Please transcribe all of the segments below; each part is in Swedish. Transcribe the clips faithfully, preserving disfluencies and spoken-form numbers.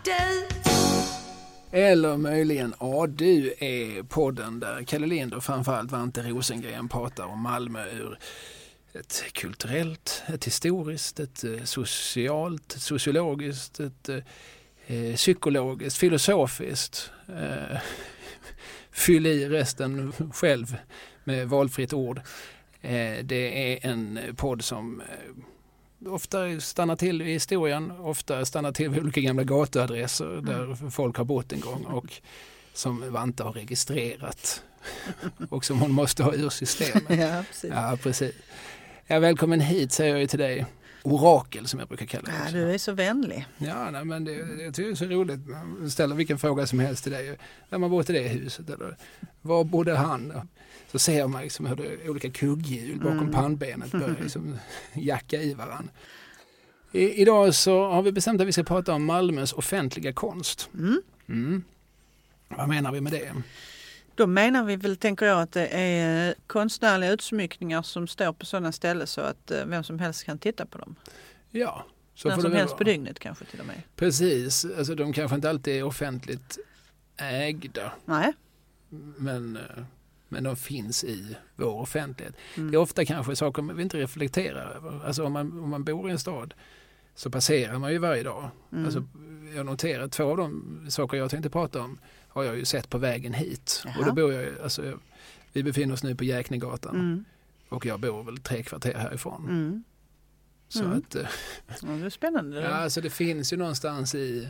du. Eller möjligen A du är podden där Kalle Lind och framförallt Vante Rosengren pratar om Malmö ur ett kulturellt, ett historiskt, ett socialt, ett sociologiskt, ett eh, psykologiskt, filosofiskt. Eh, fyll i resten själv med valfritt ord. Eh, det är en podd som eh, ofta stannar till i historien, ofta stannar till vid olika gamla gatuadresser där mm. folk har bott en gång och som Vante har registrerat och som hon måste ha ur systemet. Ja, precis. Ja, precis. Ja, välkommen hit säger jag ju till dig. Orakel som jag brukar kalla det. Ja, du är så vänlig. Ja, nej, men det, det jag tycker det är så roligt. Man ställer vilken fråga som helst till dig. Vem har bott i det huset? Eller var bodde han? Så ser man liksom hur det är olika kugghjul bakom mm. pannbenet börjar liksom jacka i varann. I, idag så har vi bestämt att vi ska prata om Malmös offentliga konst. Mm. Mm. Vad menar vi med det? Då menar vi väl, tänker jag, att det är konstnärliga utsmyckningar som står på sådana ställen så att vem som helst kan titta på dem. Ja. Så vem får som det helst vara. På dygnet kanske till och med. Precis. Alltså de kanske inte alltid är offentligt ägda. Nej. Men, men de finns i vår offentlighet. Mm. Det är ofta kanske saker vi inte reflekterar över. Alltså om man, om man bor i en stad så passerar man ju varje dag. Mm. Alltså, jag noterar två av de saker jag tänkte prata om har jag ju sett på vägen hit. Jaha. Och då bor jag, alltså, jag, vi befinner oss nu på Jäknegatan mm. och jag bor väl tre kvarter härifrån. Mm. Så mm. att... Ja, det är spännande. Ja, alltså det finns ju någonstans i,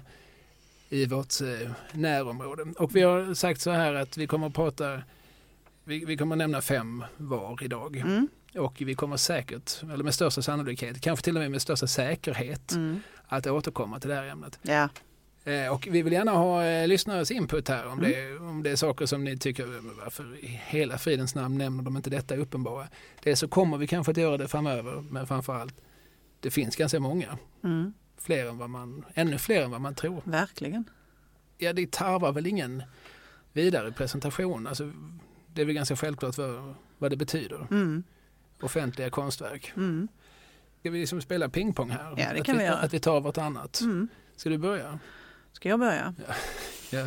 i vårt eh, närområde. Och vi har sagt så här att vi kommer att prata, vi, vi kommer att nämna fem var idag. Mm. Och vi kommer säkert, eller med största sannolikhet, kanske till och med med största säkerhet mm. att återkomma till det här ämnet. Ja. Eh, och vi vill gärna ha eh, lyssnares input här om, mm. det, om det är saker som ni tycker, varför i hela fridens namn nämner de inte detta uppenbara. Det så kommer vi kanske att göra det framöver, men framförallt det finns ganska många. Mm. Fler än vad man, ännu fler än vad man tror. Verkligen. Ja, det tarvar väl ingen vidare presentation. Alltså, det är väl ganska självklart vad, vad det betyder. Mm. Offentliga konstverk. Mm. Ska vi liksom spela pingpong här? Ja, det att kan vi, vi göra. Att vi tar vartannat. Mm. Ska du börja? Ska jag börja? Ja. ja.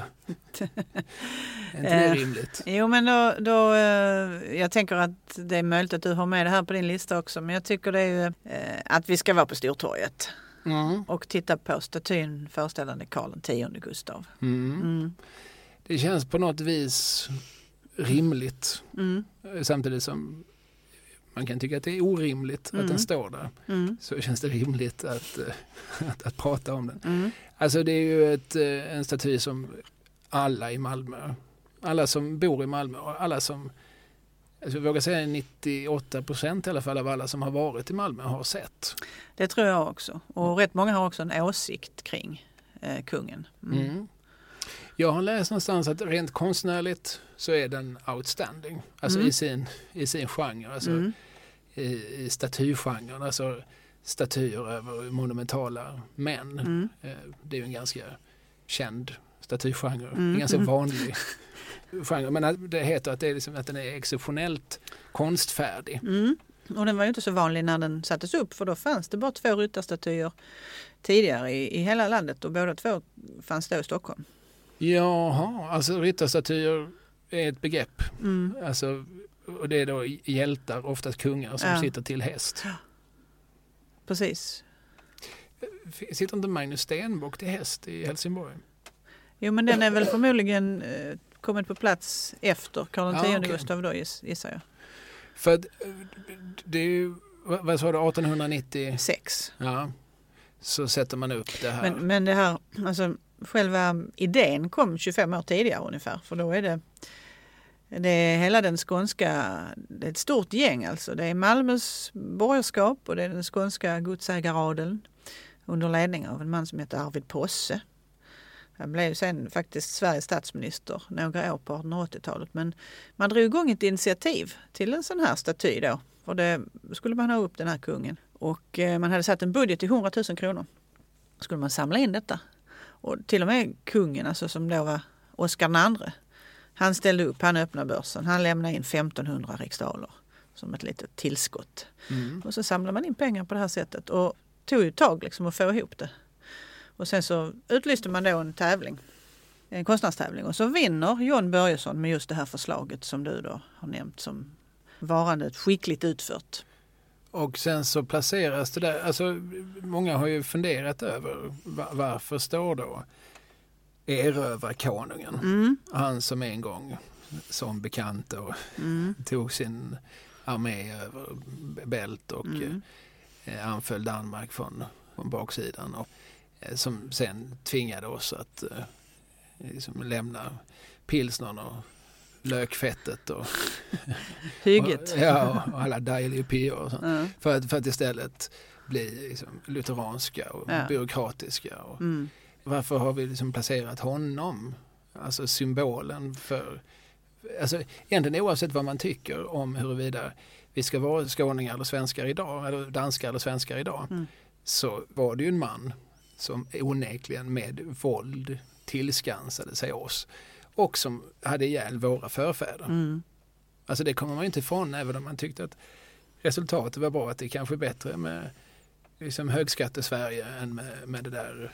Är inte det rimligt? Jo, men då, då jag tänker att det är möjligt att du har med det här på din lista också. Men jag tycker det är ju att vi ska vara på Stortorget. Mm. Och titta på statyn föreställande Karl den tionde Gustav. Mm. Mm. Det känns på något vis rimligt. Mm. Samtidigt som man kan tycka att det är orimligt mm. att den står där. Mm. Så känns det rimligt att, att, att prata om den. Mm. Alltså det är ju ett, en staty som alla i Malmö, alla som bor i Malmö och alla som, alltså jag vågar säga nittioåtta procent i alla fall av alla som har varit i Malmö har sett. Det tror jag också. Och mm. rätt många har också en åsikt kring eh, kungen. Mm. Mm. Jag har läst någonstans att rent konstnärligt så är den outstanding. Alltså mm. i, sin, i sin genre. Alltså mm. i, i statygenren. Alltså statyer över monumentala män. Mm. Det är ju en ganska känd statygenre. Mm. En ganska vanlig genre. Men det heter att, det är liksom, att den är exceptionellt konstfärdig. Mm. Och den var ju inte så vanlig när den sattes upp. För då fanns det bara två ryttarstatyer tidigare i, i hela landet. Och båda två fanns då i Stockholm. Jaha, alltså ryttarstatyer är ett begrepp. Mm. Alltså, och det är då hjältar, oftast kungar, som ja. sitter till häst. Precis. Sitter inte Magnus Stenbock till häst i Helsingborg? Jo, men den är väl förmodligen eh, kommit på plats efter Karl den tionde ja, okay. Gustav då, gissar jag. För att, det är ju, vad sa du, artonhundranittiosex? Ja, så sätter man upp det här. Men, men det här, alltså själva idén kom tjugofem år tidigare ungefär. För då är det, det är hela den skånska, det är ett stort gäng alltså. Det är Malmös borgerskap och det är den skånska godsägaradeln under ledning av en man som heter Arvid Posse. Han blev sen faktiskt Sveriges statsminister några år på artonhundraåttiotalet. Men man drog igång ett initiativ till en sån här staty då. För det skulle man ha upp den här kungen. Och man hade satt en budget till hundratusen kronor. Skulle man samla in detta. Och till och med kungen, alltså som då var Oscar den andre, han ställde upp, han öppnade börsen. Han lämnade in femtonhundra riksdaler som ett litet tillskott. Mm. Och så samlade man in pengar på det här sättet. Och tog ju tag liksom att få ihop det. Och sen så utlyste man då en tävling, en konstnärstävling. Och så vinner John Börjesson med just det här förslaget som du då har nämnt som varande skickligt utfört. Och sen så placeras det där, alltså många har ju funderat över varför står då erövrarkonungen, mm. han som en gång som bekant och mm. tog sin armé över bält och mm. eh, anföll Danmark från, från baksidan och eh, som sen tvingade oss att eh, liksom lämna pilsnern och lökfettet och hygget. Och, ja, och alla dajlipior och sånt. Mm. För, att, för att istället bli liksom, lutheranska och ja. byråkratiska. Och mm. Varför har vi liksom placerat honom? Alltså symbolen för... Alltså egentligen oavsett vad man tycker om huruvida vi ska vara skåningar eller svenskar idag, eller danskar eller svenskar idag, mm. så var det ju en man som onekligen med våld tillskansade sig oss. Och som hade ihjäl våra förfäder. Mm. Alltså det kommer man inte ifrån även om man tyckte att resultatet var bra. Att det kanske är bättre med liksom högskatte-Sverige än med, med det där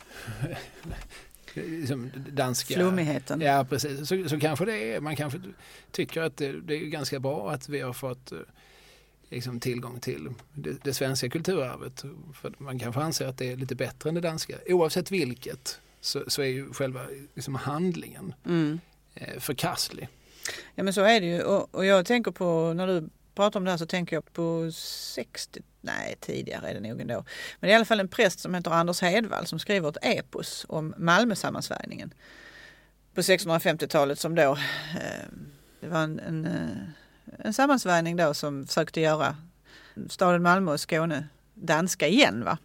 liksom danska... Flummigheten. Ja, precis. Så, så kanske det är. Man kanske tycker att det, det är ganska bra att vi har fått liksom, tillgång till det, det svenska kulturarvet. För man kanske anser att det är lite bättre än det danska. Oavsett vilket. Så, så är ju själva liksom, handlingen mm. eh, förkastlig. Ja men så är det ju och, och jag tänker på, när du pratar om det här så tänker jag på sextio, nej tidigare är det nog ändå. Men det är i alla fall en präst som heter Anders Hedvall som skriver ett epos om Malmö-sammansvärjningen på sextonhundrafemtiotalet som då, eh, det var en, en, en sammansvärjning då som försökte göra staden Malmö och Skåne danska igen va.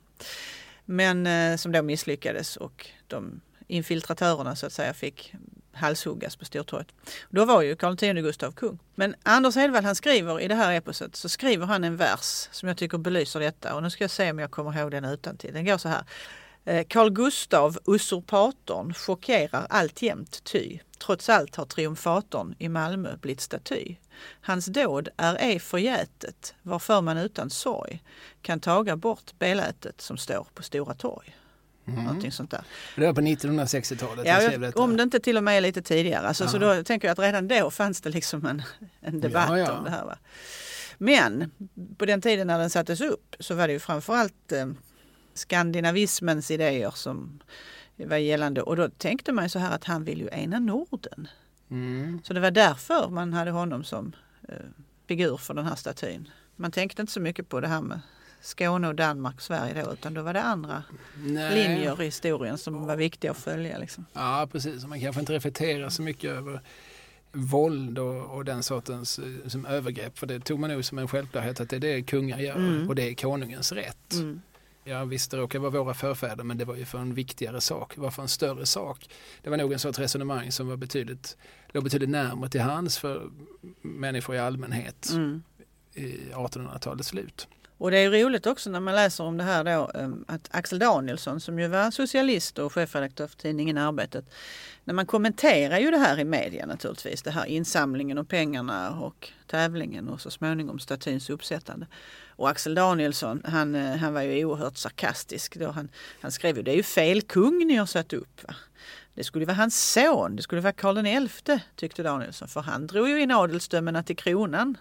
Men eh, som då misslyckades och de infiltratörerna så att säga fick halshuggas på Stortorget. Då var ju Karl X Gustav kung. Men Anders Hedvall han skriver i det här eposet så skriver han en vers som jag tycker belyser detta och nu ska jag se om jag kommer ihåg den utantill. Den går så här. Carl Gustav, usurpatorn, chockerar alltjämt ty. Trots allt har triumfatorn i Malmö blivit staty. Hans dåd är ej förgätet, varför man utan sorg kan taga bort belätet som står på Stora torg. Mm. Någonting sånt där. Det var på nittonhundrasextiotalet. Ja, jag, om det inte till och med är lite tidigare. Alltså, så då tänker jag att redan då fanns det liksom en, en debatt ja, ja. om det här. Va? Men på den tiden när den sattes upp så var det ju framförallt eh, skandinavismens idéer som var gällande. Och då tänkte man så här att han vill ju ena Norden. Mm. Så det var därför man hade honom som eh, figur för den här statyn. Man tänkte inte så mycket på det här med Skåne och Danmark och Sverige då, utan då var det andra Nej. linjer i historien som var viktiga att följa. Liksom. Ja, precis. Man kanske inte reflekterar så mycket över våld och, och den sortens som övergrepp. För det tog man nog som en självklarhet att det är det kungar gör mm. och det är konungens rätt. Mm. Ja visst, det råkar vara våra förfäder men det var ju för en viktigare sak. Det var för en större sak. Det var nog en sorts resonemang som var betydligt, låg betydligt närmare till hands för människor i allmänhet mm. i artonhundratalets slut. Och det är roligt också när man läser om det här då att Axel Danielsson som ju var socialist och chefredaktör för tidningen Arbetet, när man kommenterar ju det här i media naturligtvis, det här insamlingen och pengarna och tävlingen och så småningom statyns uppsättande. Och Axel Danielsson, han, han var ju oerhört sarkastisk då. Han, han skrev ju, det är ju fel kung ni har satt upp va? Det skulle vara hans son, det skulle vara Karl den elfte tyckte Danielsson, för han drog ju in adelsdömena till kronan.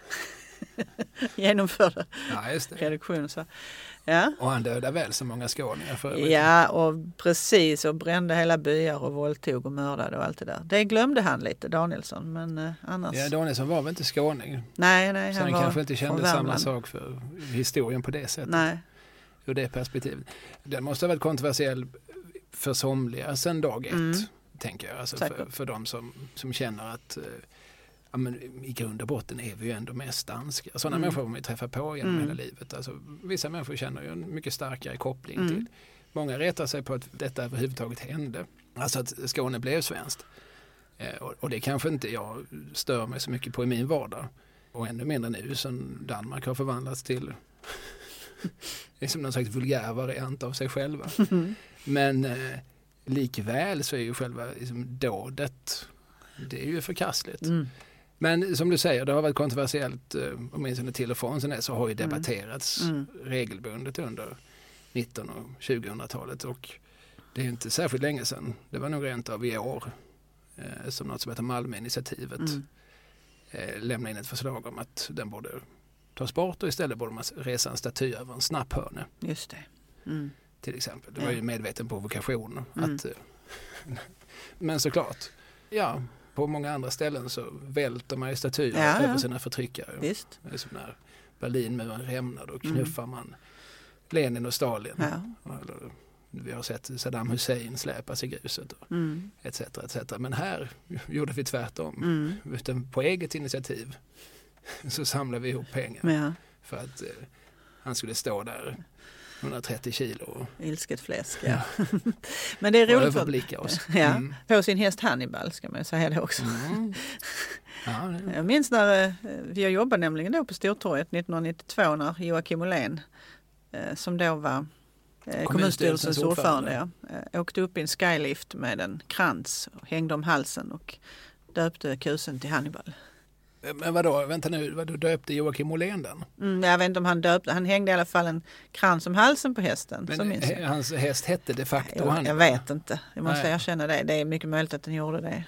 Genomförde ja, just det. reduktion. Så. Ja. Och han dödade väl så många skåningar för övrigt. Ja, och precis. Och brände hela byar och våldtog och mördade och allt det där. Det glömde han lite, Danielsson. Men eh, annars... Ja, Danielsson var väl inte skåning. Nej, nej. Så han, han kanske inte kände samma sak för historien på det sättet. Nej. Ur det perspektivet. Den måste ha varit kontroversiell för somliga sedan dag ett, mm. tänker jag. Alltså för, för de som, som känner att... Ja, men i grund och botten är vi ju ändå mest danska. Sådana mm. människor får man träffa på genom mm. hela livet. Alltså, vissa människor känner ju en mycket starkare koppling mm. till. Många retar sig på att detta överhuvudtaget hände. Alltså att Skåne blev svenskt. Eh, och, och det kanske inte jag stör mig så mycket på i min vardag. Och ännu mindre nu som Danmark har förvandlats till det är som någon slags vulgär variant av sig själva. Mm. Men eh, likväl så är ju själva liksom, dådet, det är ju förkastligt. Mm. Men som du säger, det har varit kontroversiellt, åtminstone till och från sen så har ju debatterats mm. Mm. regelbundet under nitton- och tjugohundratalet. Och det är inte särskilt länge sedan. Det var nog rent av i år eh, som något som heter Malmöinitiativet mm. eh, lämnade in ett förslag om att den borde tas bort och istället borde man resa en staty över en snapphörne. Just det. Mm. Till exempel. Det var ju en medveten provokation. Mm. Att, men såklart, ja, på många andra ställen så välter man ju statyer ja, över ja. sina förtryckare. Visst. Det är som när Berlinmuren rämnade och knuffar mm. man Lenin och Stalin. Ja. Eller, vi har sett Saddam Hussein släpas i gruset och mm. et cetera et cetera. Men här gjorde vi tvärtom. Mm. Utan på eget initiativ så samlade vi ihop pengar ja. för att eh, han skulle stå där hundratrettio kilo. Ilsket fläsk, ja. Men det är roligt att överblicka oss. Ja, mm. på sin häst Hannibal ska man säga det också. Mm. Ja, det. Jag minns när vi jobbade nämligen då på Stortorget nittonhundranittiotvå när Joakim Ollén som då var kommunstyrelsens ordförande, ordförande ja, åkte upp i en skylift med en krans och hängde om halsen och döpte kusen till Hannibal. Men vadå, vänta nu, vadå, döpte Joakim Ollén den? Mm, jag vet inte om han döpte, han hängde i alla fall en krans om halsen på hästen. Men he, hans häst hette de facto jag, Hannibal? Jag vet inte, jag måste Nej. erkänna det. Det är mycket möjligt att den gjorde det.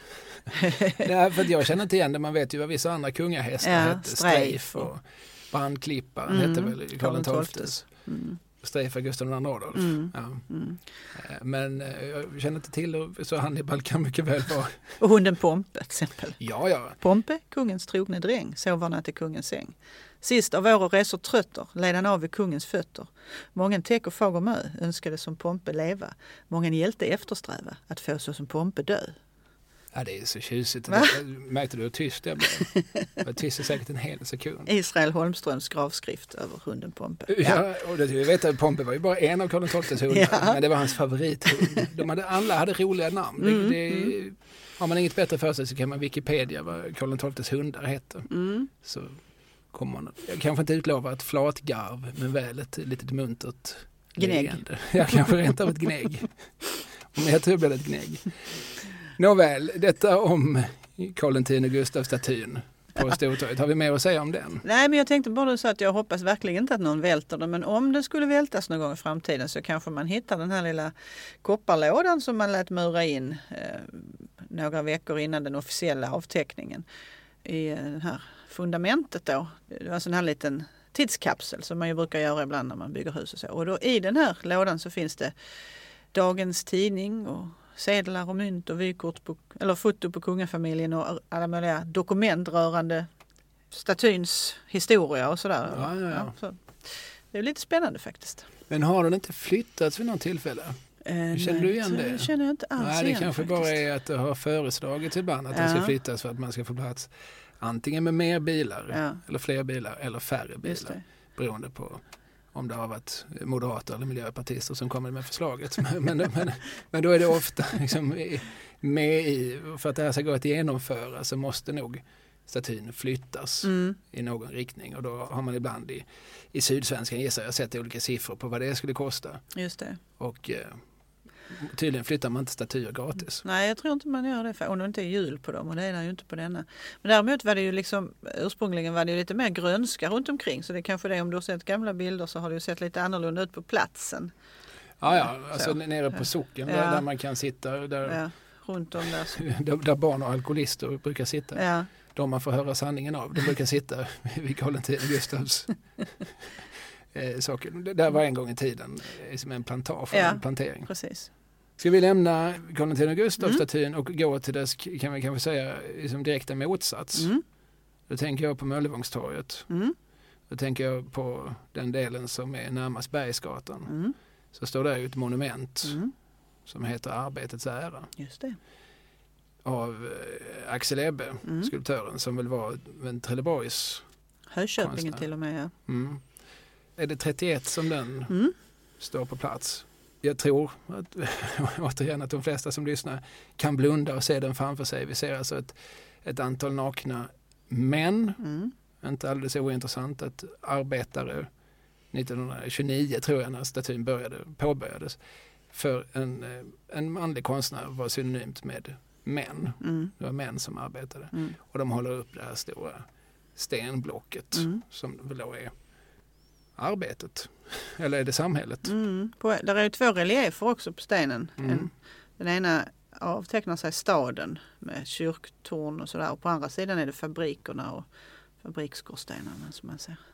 Nej, för jag känner inte igen det, man vet ju vad vissa andra kungahästar ja, hette. Streif och Brandklippa, mm, hette väl Karl den tolftes. Mm. Streif Gustav den andra Adolf. Mm. Ja. Mm. Men jag känner inte till, så Hannibal kan mycket väl vara. Och hunden Pompe till exempel. Ja, ja. Pompe, kungens trogne dräng, sovarna till kungens säng. Sist av våra resor trötter, led han av vid kungens fötter. Mången täck och fager mö, önskade som Pompe leva. Mången hjälte eftersträva, att få så som Pompe dö. Ja, det är så tjusigt. Det, märkte du hur tyst jag blev? Jag var tyst säkert en hel sekund. Israel Holmströms gravskrift över hunden Pompe. Ja, ja och det, jag vet att Pompe var ju bara en av Karl den tolftes hundar, ja. men det var hans favorithund. De hade, alla hade roliga namn. Mm, det, det, mm. Har man inget bättre för sig så kan man Wikipedia vad Karl den tolftes hundar heter. Mm. Så kommer man, jag kanske inte utlova ett flatgarv, men väl ett litet muntert gnägg. Leende. Jag kanske rent av ett gnägg. Om jag tror blir det ett gnägg. Nåväl, detta om Karl X Gustav-statyn på Stortorget. Har vi mer att säga om den? Nej, men jag tänkte bara så att jag hoppas verkligen inte att någon välter den. Men om det skulle vältas någon gång i framtiden så kanske man hittar den här lilla kopparlådan som man lät mura in eh, några veckor innan den officiella avteckningen i eh, det här fundamentet då. Det var en sån här liten tidskapsel som man ju brukar göra ibland när man bygger hus och så. Och då i den här lådan så finns det dagens tidning och sedlar och mynt och vykort på, eller foto på kungafamiljen och alla möjliga dokument rörande statyns historia och sådär. Ja, ja, ja. Så det är lite spännande faktiskt. Men har den inte flyttats vid någon tillfälle? Eh, Känner nej, du igen det? Det känner jag inte alls Nej, det igen, kanske faktiskt. bara är att det har föreslagits ibland att ja. den ska flyttas för att man ska få plats antingen med mer bilar ja. eller fler bilar eller färre bilar. Beroende på om det har varit moderater eller miljöpartister som kommer med förslaget. Men, men, men, men då är det ofta liksom med i, för att det här ska gå att genomföra så måste nog statyn flyttas mm. i någon riktning. Och då har man ibland i, i Sydsvenskan gissar jag sett olika siffror på vad det skulle kosta. Just det. Och eh, tydligen flyttar man inte statyer gratis. Nej, jag tror inte man gör det. För, och det inte är jul på dem och det är det ju inte på denna. Men däremot var det ju liksom, ursprungligen var det ju lite mer grönska runt omkring. Så det är kanske det, om du har sett gamla bilder så har det ju sett lite annorlunda ut på platsen. Ja, ja, alltså så. Nere på socken ja. där, där man kan sitta. Där, ja, runt om där. där. Där barn och alkoholister brukar sitta. Ja. De man får höra sanningen av. De brukar sitta vid Karl X Gustavs eh, saker. Det där var en gång i tiden eh, som en plantage, ja, en plantering. Precis. Ska vi lämna Karl X Gustav-statyn mm. och gå till dess, kan vi kanske säga, liksom direkta motsats. Mm. Då tänker jag på Möllevångstorget. Mm. Då tänker jag på den delen som är närmast Bergsgatan. Mm. Så står där ett monument mm. som heter Arbetets ära. Just det. Av eh, Axel Ebbe, mm. skulptören, som väl var en Trelleborgs Hököpingen konstnär. till och med, ja. Mm. Är det trettioett som den mm. står på plats? Jag tror att, återigen att de flesta som lyssnar kan blunda och se den framför sig. Vi ser alltså ett, ett antal nakna män, mm. inte alldeles ointressant, att arbetare nittonhundratjugonio tror jag när statyn började, påbörjades, för en, en manlig konstnär var synonymt med män. Mm. Det var män som arbetade. Mm. Och de håller upp det här stora stenblocket mm. som väl då är arbetet Eller är det samhället? Mm. På, där är ju två reliefer också på stenen. Mm. En, den ena avtecknar sig staden med kyrktorn och sådär. Och på andra sidan är det fabrikerna och fabriksskorstenarna som man ser.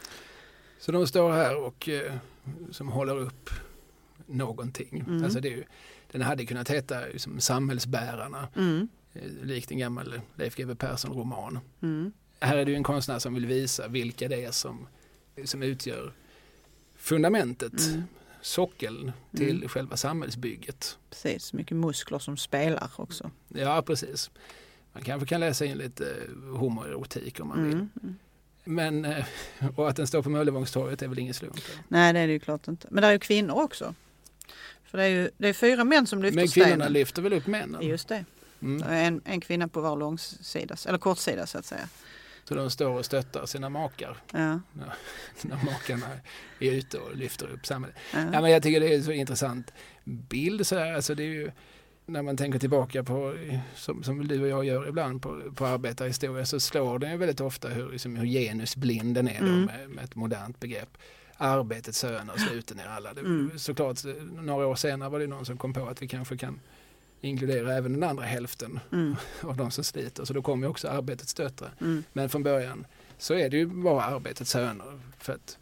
Så de står här och eh, som håller upp någonting. Mm. Alltså det är ju, den hade kunnat heta liksom, Samhällsbärarna. Mm. Eh, likt en gammal Leif G W Persson-roman. Mm. Här är det ju en konstnär som vill visa vilka det är som, som utgör fundamentet, Mm. sockeln till Mm. själva samhällsbygget. Precis, mycket muskler som spelar också. Ja, precis. Man kanske kan läsa in lite homoerotik om man vill. Mm. Mm. Men, eh, och att den står på Möllevångstorget är väl ingen slump. Nej, det är det ju klart inte. Men det är ju kvinnor också. För det är ju det är fyra män som lyfter Men stenen. kvinnorna lyfter väl upp männen? Just det. Mm. Det är en, en kvinna på var långsida, eller kortsida så att säga. Så de står och stöttar sina makar. Ja. När, när makarna är ute och lyfter upp samhället. Ja. Ja, men jag tycker det är en så intressant bild. Så här. Alltså det är ju, när man tänker tillbaka på, som, som du och jag gör ibland, på, på arbetarhistoria, så slår den ju väldigt ofta hur, liksom, hur genusblinden är då, Mm. med, med ett modernt begrepp. Arbetets söner sluten är alla. Det, Mm. Såklart, några år senare var det någon som kom på att vi kanske kan inkludera även den andra hälften Mm. av de som sliter. Så då kommer ju också arbetets döttrar. Mm. Men från början så är det ju bara arbetets söner. För att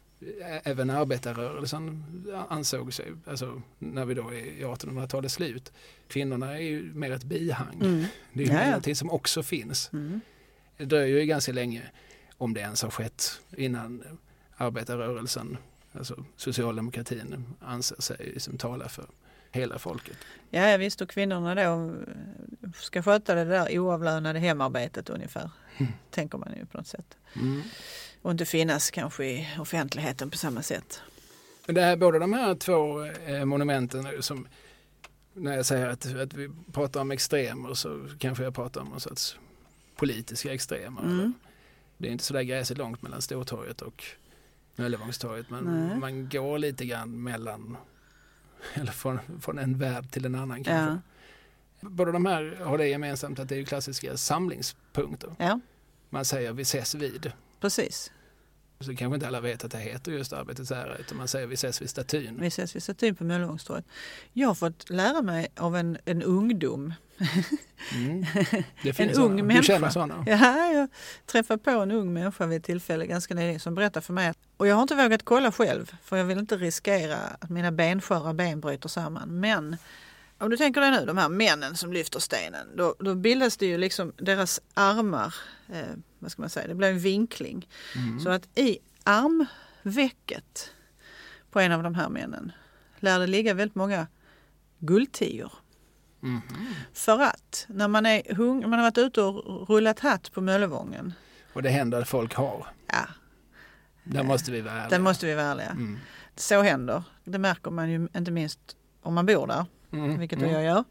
även arbetarrörelsen ansåg sig, alltså när vi då är i artonhundratalets slut, kvinnorna är ju mer ett bihang. Mm. Det är ju Ja, ja. någonting som också finns. Mm. Det dröjer ju ganska länge, om det ens har skett, innan arbetarrörelsen, alltså socialdemokratin, anser sig liksom tala för hela folket. Ja, jag visst, och kvinnorna då ska sköta det där oavlönade hemarbetet ungefär. Mm. Tänker man ju på något sätt. Mm. Och inte finnas kanske i offentligheten på samma sätt. Men det här, båda de här två eh, monumenten som, när jag säger att, att vi pratar om extremer, så kanske jag pratar om någon sorts politiska extremer. Mm. Eller? Det är inte så där gräsigt långt mellan Stortorget och Möllevångstorget, men Nej. man går lite grann mellan, eller från, från en värld till en annan kanske. Ja. Båda de här har det gemensamt att det är ju klassiska samlingspunkter. Ja, Man säger vi ses vid. precis. Så kanske inte alla vet att det heter just Arbetets ära, utan man säger vi ses vid statyn. Vi ses vid statyn på Möllevångstorget. Jag har fått lära mig av en, en ungdom. Mm. Det En finns ung såna. människa. Du känner sådana? Ja, jag träffade på en ung människa vid ett tillfälle ganska nyligen som berättade för mig att, och jag har inte vågat kolla själv för jag vill inte riskera att mina bensköra ben bryter samman. Men om du tänker dig nu, de här männen som lyfter stenen, då, då bildas det ju liksom deras armar, eh, vad ska man säga, det blir en vinkling. Mm. Så att i armvecket på en av de här männen lär det ligga väldigt många guldtior. Mm. För att när man, är hung- man har varit ute och rullat hatt på Möllevången, Och det händer att folk har. ja, Där måste vi vara ärliga. där måste vi vara ärliga. Mm. Så händer. Det märker man ju inte minst om man bor där, Mm. vilket mm. jag gör.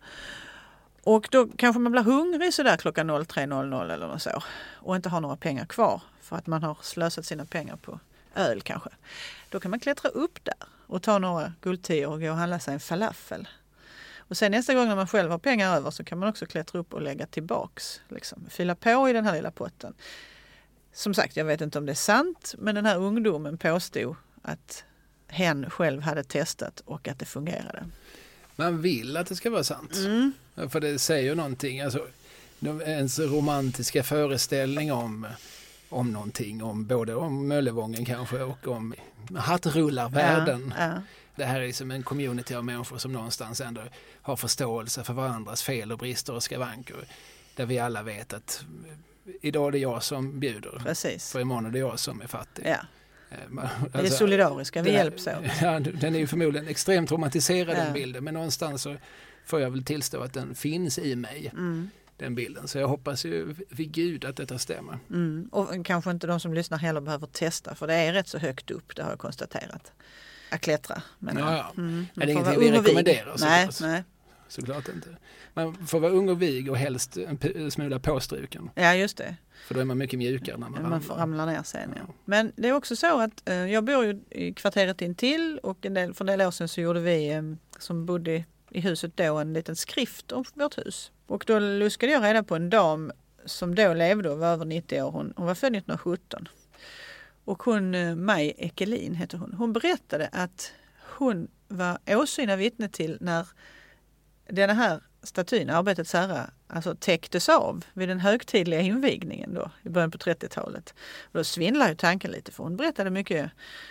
Och då kanske man blir hungrig sådär klockan tre noll noll eller något så. Och inte har några pengar kvar för att man har slösat sina pengar på öl kanske. Då kan man klättra upp där och ta några guldtior och gå och handla sig en falafel. Och sen nästa gång när man själv har pengar över så kan man också klättra upp och lägga tillbaks. Liksom, fylla på i den här lilla potten. Som sagt, jag vet inte om det är sant, men den här ungdomen påstod att hen själv hade testat och att det fungerade. Man vill att det ska vara sant. Mm. För det säger ju någonting. Alltså, ens romantiska föreställning om, om någonting. Om, både om Möllevången kanske och om hattrullarvärlden. Ja, ja. Det här är som en community av människor som någonstans ändå har förståelse för varandras fel och brister och skavanker. Där vi alla vet att idag är det jag som bjuder. Precis. För imorgon är det jag som är fattig. Ja. Alltså, Det är solidariska, vi den- hjälps åt. Ja, den är ju förmodligen extremt romantiserad Ja. den bilden. Men någonstans så får jag väl tillstå att den finns i mig. Mm. Den bilden. Så jag hoppas ju vid Gud att detta stämmer. Mm. Och kanske inte de som lyssnar heller behöver testa, för det är rätt så högt upp, det har jag konstaterat. Att klättra. Men, Ja, ja. Mm. Är det Man får ingenting vara vi ung och vig. rekommenderar, Nej, såklart. nej. Såklart inte. Man får vara ung och vig och helst en p- smula påstruken. Ja, just det. För då är man mycket mjukare när man, Man får ramlar. ramla ner sen. Ja. Ja. Men det är också så att eh, jag bor ju i kvarteret intill och en del, för en del år sedan så gjorde vi eh, som bodde i huset då en liten skrift om vårt hus. Och då luskade jag reda på en dam som då levde och var över nittio år. Hon, hon var född nittonhundrasjutton. Och hon, eh, Maj Ekelin heter hon, hon berättade att hon var åsyna vittne till när den här statyn, Arbetets ära, alltså täcktes av vid den högtidliga invigningen då, i början på trettiotalet. Och då svindlar ju tanken lite, för hon berättade mycket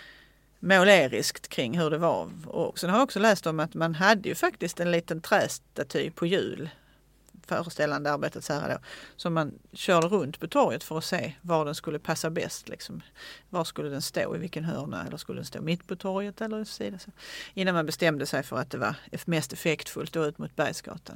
måleriskt kring hur det var. Och sen har jag också läst om att man hade ju faktiskt en liten trästaty på hjul, föreställande Arbetets ära då, som man körde runt på torget för att se var den skulle passa bäst. Liksom. Var skulle den stå, i vilken hörna, eller skulle den stå mitt på torget eller i sidan. Innan man bestämde sig för att det var mest effektfullt då ut mot Bergsgatan.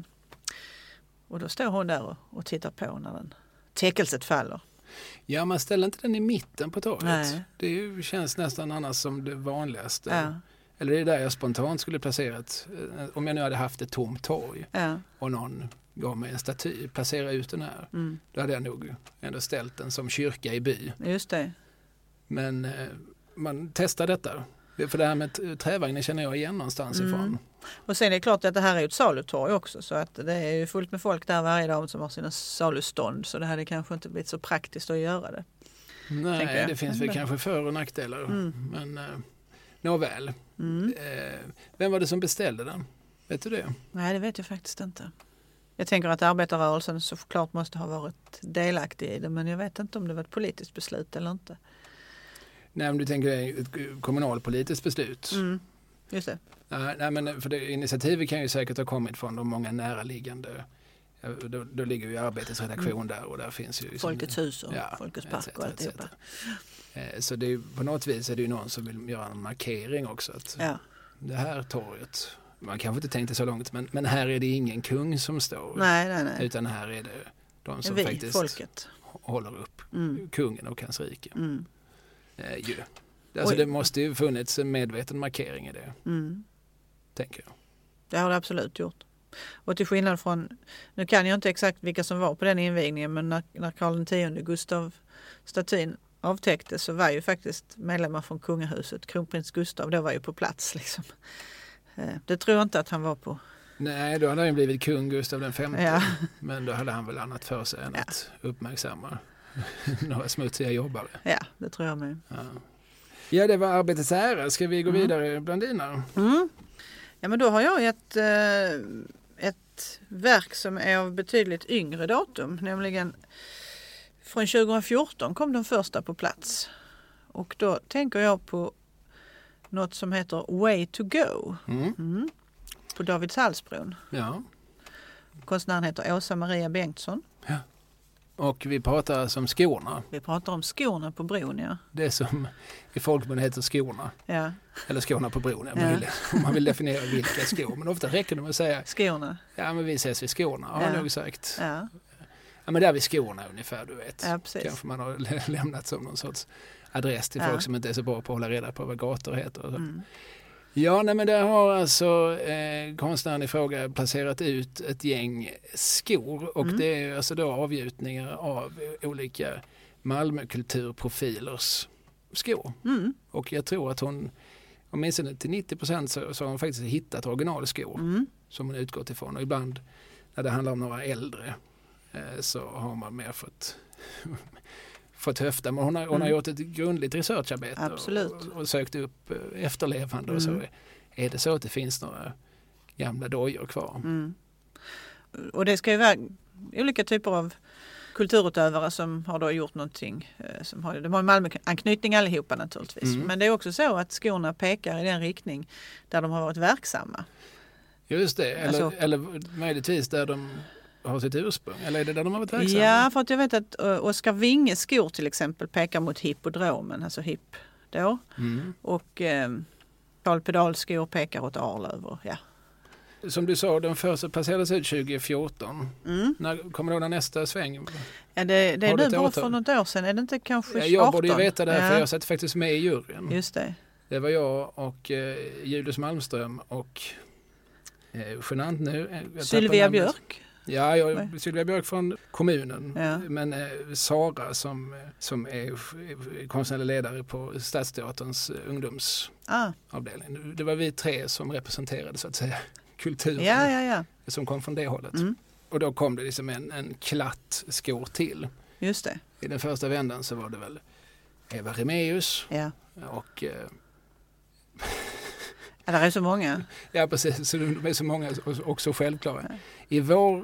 Och då står hon där och, och tittar på när den täckelset faller. Ja, man ställer inte den i mitten på torget. Nej. Det är ju, känns nästan annars som det vanligaste. Ja. Eller det är där jag spontant skulle placerat. Om jag nu hade haft ett tomt torg Ja. och någon gav mig en staty, placera ut den här. Mm. Då hade jag nog ändå ställt den som kyrka i by. Just det. Men eh, man testar detta. För det här med trävagnen känner jag igen någonstans Mm. ifrån. Och sen är det klart att det här är ett salutorg också, så att det är ju fullt med folk där varje dag som har sina salustånd, så det hade kanske inte blivit så praktiskt att göra det. Nej, det finns väl Men- kanske för- och nackdelar. Mm. Men eh, nåväl. Mm. Eh, vem var det som beställde den? Vet du det? Nej, det vet jag faktiskt inte. Jag tänker att arbetarrörelsen såklart måste ha varit delaktig i det, men jag vet inte om det var ett politiskt beslut eller inte. Nej, om du tänker dig ett kommunalpolitiskt beslut. Mm. Just det. Nej, nej, men för det, initiativet kan ju säkert ha kommit från de många näraliggande. Ja, Då, då ligger ju Arbetets redaktion Mm. där och där finns ju... Folkets hus och Ja, Folkets et park cetera, och et alltihopa. cetera. Eh, Så det är, ju- på något vis är det ju någon som vill göra en markering också. Att Ja. det här torget, man kanske inte tänkte så långt, men, men här är det ingen kung som står. Nej, nej, nej. Utan här är det de som Vi, faktiskt folket. håller upp Mm. kungen och hans rike. Mm. Eh, ju. Alltså Oj. det måste ju funnits en medveten markering i det, Mm. tänker jag. Det har det absolut gjort. Och till skillnad från, nu kan jag inte exakt vilka som var på den invigningen, men när, när Karl X Gustav statyn avtäcktes så var ju faktiskt medlemmar från kungahuset, kronprins Gustav, då var ju på plats. Liksom. Eh, Det tror jag inte att han var på. Nej, då hade han ju blivit kung Gustav den femte. Ja. Men då hade han väl annat för sig än Ja. att uppmärksamma några smutsiga jobbare. Ja, det tror jag med. Ja. ja, det var Arbetets ära. Ska vi gå Mm. vidare bland dina? Mm. Ja, men då har jag ett, eh, ett verk som är av betydligt yngre datum, nämligen från tjugohundrafjorton kom den första på plats. Och då tänker jag på något som heter Way to go Mm. mm. på Davidshallsbron. Ja. Konstnären heter Åsa Maria Bengtsson. Och vi pratar alltså om skorna. Vi pratar om skorna på bron, ja. Det som i folkmun heter skorna. ja. Eller skorna på bron, om Ja. man vill- om man vill definiera vilka skor. Men ofta räcker det med att säga, Skorna. ja men vi ses vid skorna, har jag Ja. nog sagt. Ja, Ja men där vid skorna ungefär, du vet. ja precis. Kanske man har lä- lämnat som någon sorts adress till Ja. folk som inte är så bra på att hålla reda på vad gator heter. och så. Mm. Ja, nej, men där har alltså eh, konstnären i fråga placerat ut ett gäng skor och Mm. det är alltså då avgjutningar av olika Malmökulturprofilers skor. Mm. Och jag tror att hon, åtminstone till nittio procent så, så har hon faktiskt hittat originalskor Mm. som hon utgått ifrån. Och ibland när det handlar om några äldre eh, så har man mer fått fått höfta. Men hon har, hon har Mm. gjort ett grundligt researcharbete Absolut. och, och sökt upp eh, efterlevande och så. Mm. Är det så att det finns några gamla dojor kvar? Mm. Och det ska ju vara olika typer av kulturutövare som har då gjort någonting. eh, Som har, de har Malmö-anknytning allihopa naturligtvis. Mm. Men det är också så att skorna pekar i den riktning där de har varit verksamma. Just det, eller, Alltså- eller möjligtvis där de har sitt ursprung. Eller är det där de har varit verksamma? Ja, för att jag vet att uh, Oskar Winges skor till exempel pekar mot hippodromen, alltså hipp då. Mm. Och eh, Carl Pedals skor pekar åt Arlöv. och- Ja. Som du sa, den första passerades ut tjugo fjorton. Mm. När kommer då den nästa sväng? Ja, det, det är Har du nu ett bara årtal? för något år sedan. Är det inte kanske arton? Jag borde ju veta det här ja. för jag satt faktiskt med i juryn. Just det. Det var jag och eh, Julius Malmström och eh, genant nu. eh, jag tappar Sylvia namnet. Björk. Ja, jag, Nej. Sylvia Björk från kommunen. Ja. Men eh, Sara som, eh, som är f- konstnärlig ledare på Stadsteaterns eh, ungdomsavdelning. Ah, Det var vi tre som representerade så att säga kulturen ja, ja, ja. som kom från det hållet. Mm. Och då kom det liksom en, en klatt skor till. Just det. I den första vändan så var det väl Eva Remaeus Ja. och... Eh, ja, det är så många. Ja, precis. Så de är så många och också självklara. Ja. I vår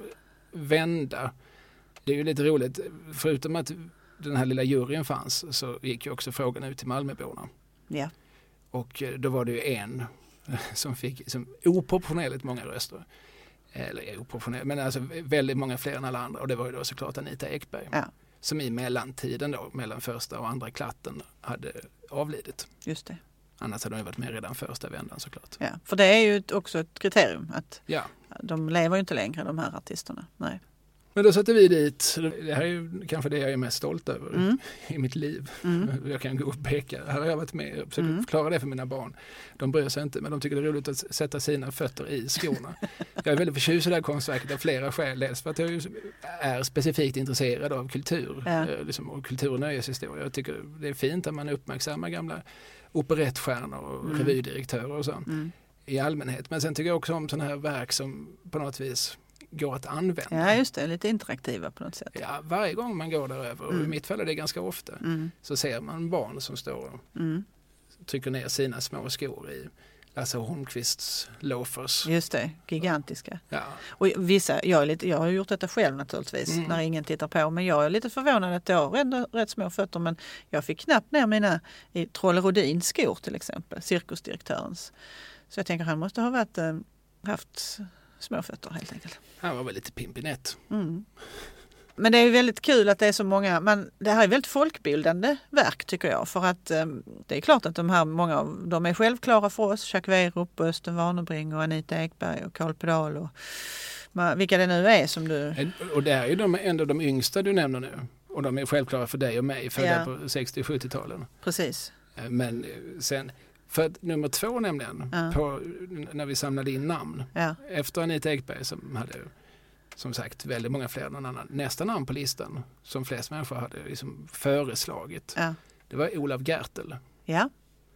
vända, det är ju lite roligt, förutom att den här lilla juryn fanns så gick ju också frågan ut till Malmöborna. Ja. Och då var det ju en som fick som oproportionerligt många röster. Eller oproportionerligt, men alltså väldigt många fler än alla andra. Och det var ju då såklart Anita Ekberg. Ja. Som i mellantiden då, mellan första och andra klatten, hade avlidit. Just det. Annars hade de varit med redan första vändan såklart. Ja, för det är ju också ett kriterium att ja. de lever ju inte längre, de här artisterna. Nej. Men då satte vi dit, det här är ju kanske det jag är mest stolt över mm. i mitt liv. Mm. Jag kan gå och peka, här har jag varit med och försökt mm. förklara det för mina barn. De bryr sig inte, men de tycker det är roligt att sätta sina fötter i skorna. Jag är väldigt förtjust i det här konstverket av flera skäl. Dels för att jag är specifikt intresserad av kultur ja. liksom, och kultur- och nöjeshistoria. Jag tycker det är fint att man uppmärksammar gamla operettstjärnor och mm. revydirektörer och så mm. i allmänhet. Men sen tycker jag också om sådana här verk som på något vis går att använda. Ja, just det. Lite interaktiva på något sätt. Ja, varje gång man går där över, och mm. i mitt fall är det ganska ofta, mm. så ser man barn som står och mm. trycker ner sina små skor i Lasse Holmqvists loafers. Just det, gigantiska. Ja. Och vissa, jag, är lite, jag har gjort detta själv naturligtvis, mm. när ingen tittar på, men jag är lite förvånad att jag har ändå rätt små fötter, men jag fick knappt ner mina i Trolle Rodins skor till exempel, cirkusdirektörens. Så jag tänker han måste ha varit, äh, haft små fötter helt enkelt. Han var väl lite pimpinett. Mm. Men det är ju väldigt kul att det är så många, men det här är väldigt folkbildande verk tycker jag, för att eh, det är klart att de här, många av de är självklara för oss, Jacques Werup, Östen Warnerbring och Anita Ekberg och Carl Pedal och ma, vilka det nu är som du... Och det är ju de, ändå de yngsta du nämner nu, och de är självklara för dig och mig, födda ja. på sextio- och sjuttio-talen. Precis. Men sen... För att nummer två nämligen, ja. på, när vi samlade in namn, ja. efter Anita Ekberg som hade som sagt väldigt många fler än någon annan, nästa namn på listan som flest människor hade liksom föreslagit, ja. det var Olav Gertel. Ja.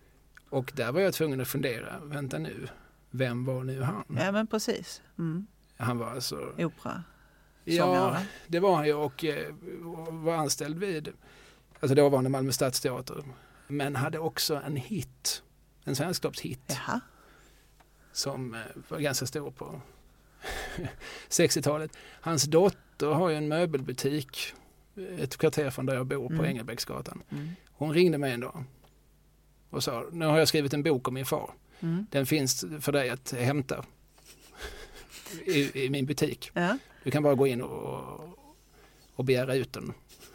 Och där var jag tvungen att fundera, vänta nu, vem var nu han? Ja men precis. Mm. Han var alltså... Opera. Ja, det var han ju och, och var anställd vid, alltså då var han i Malmö Stadsteater, men hade också en hit. En svensktoppshit. Jaha. Som var ganska stor på sextiotalet. Hans dotter har ju en möbelbutik ett kvarter från där jag bor på mm. Engelbrektsgatan. Mm. Hon ringde mig en dag och sa, nu har jag skrivit en bok om min far. Mm. Den finns för dig att hämta i, i min butik. Ja. Du kan bara gå in och, och begära ut den.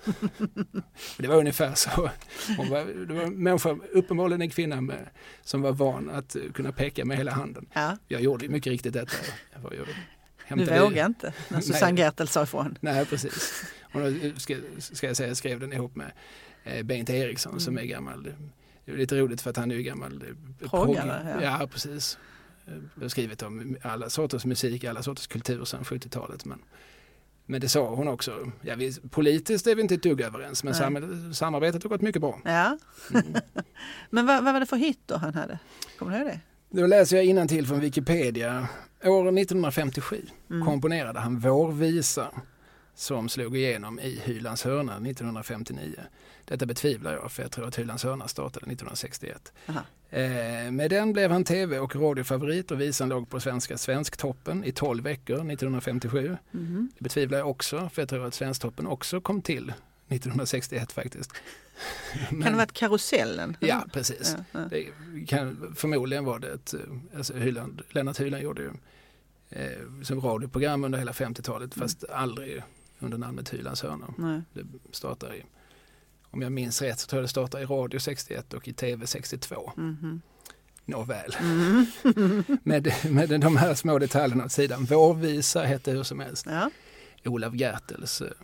Det var ungefär så. Hon var, det var en människa, uppenbarligen en kvinna med, som var van att kunna peka med hela handen. Ja. Jag gjorde ju mycket riktigt detta. Jag var ju, du vågade inte när Susanne Gertel sa ifrån. Nej, precis. Och då ska, ska jag säga, jag skrev den ihop med eh, Bengt Eriksson mm. som är gammal. Det är lite roligt för att han är ju gammal proggare. Ja. ja, precis. Jag har skrivit om alla sorters musik, alla sorters kultur sedan sjuttiotalet, men Men det sa hon också. Ja, vi, politiskt är vi inte ett dugg överens, men sam- samarbetet har gått mycket bra. Ja. Mm. Men vad, vad var det för hit då han hade? Kommer du ihåg det? Då läser jag innantill från Wikipedia. År nittonhundrafemtiosju mm. komponerade han Vårvisa som slog igenom i Hylands hörna nittonhundrafemtionio. Detta betvivlar jag, för jag tror att Hylands hörna startade nittonhundrasextioett. Eh, med den blev han tv- och radiofavorit och visan låg på svenska Svensktoppen i tolv veckor nittonhundrafemtiosju. Mm. Det betvivlar jag också, för jag tror att Svensktoppen också kom till nittonhundrasextioett faktiskt. Men, kan det ha varit Karusellen? Ja, precis. Ja, ja. Det kan, förmodligen var det ett, alltså Hyland, Lennart Hyland gjorde ju eh, som radioprogram under hela femtiotalet, mm. fast aldrig under namnet Hylands hörna. Nej. Det startar i, om jag minns rätt, så tror jag det startar i radio sextioett och i tv sextiotvå. Mm-hmm. Nåväl. Mm. med, med de här små detaljerna åt sidan. Vårvisa hette hur som helst. Ja. Olav Gertels eh,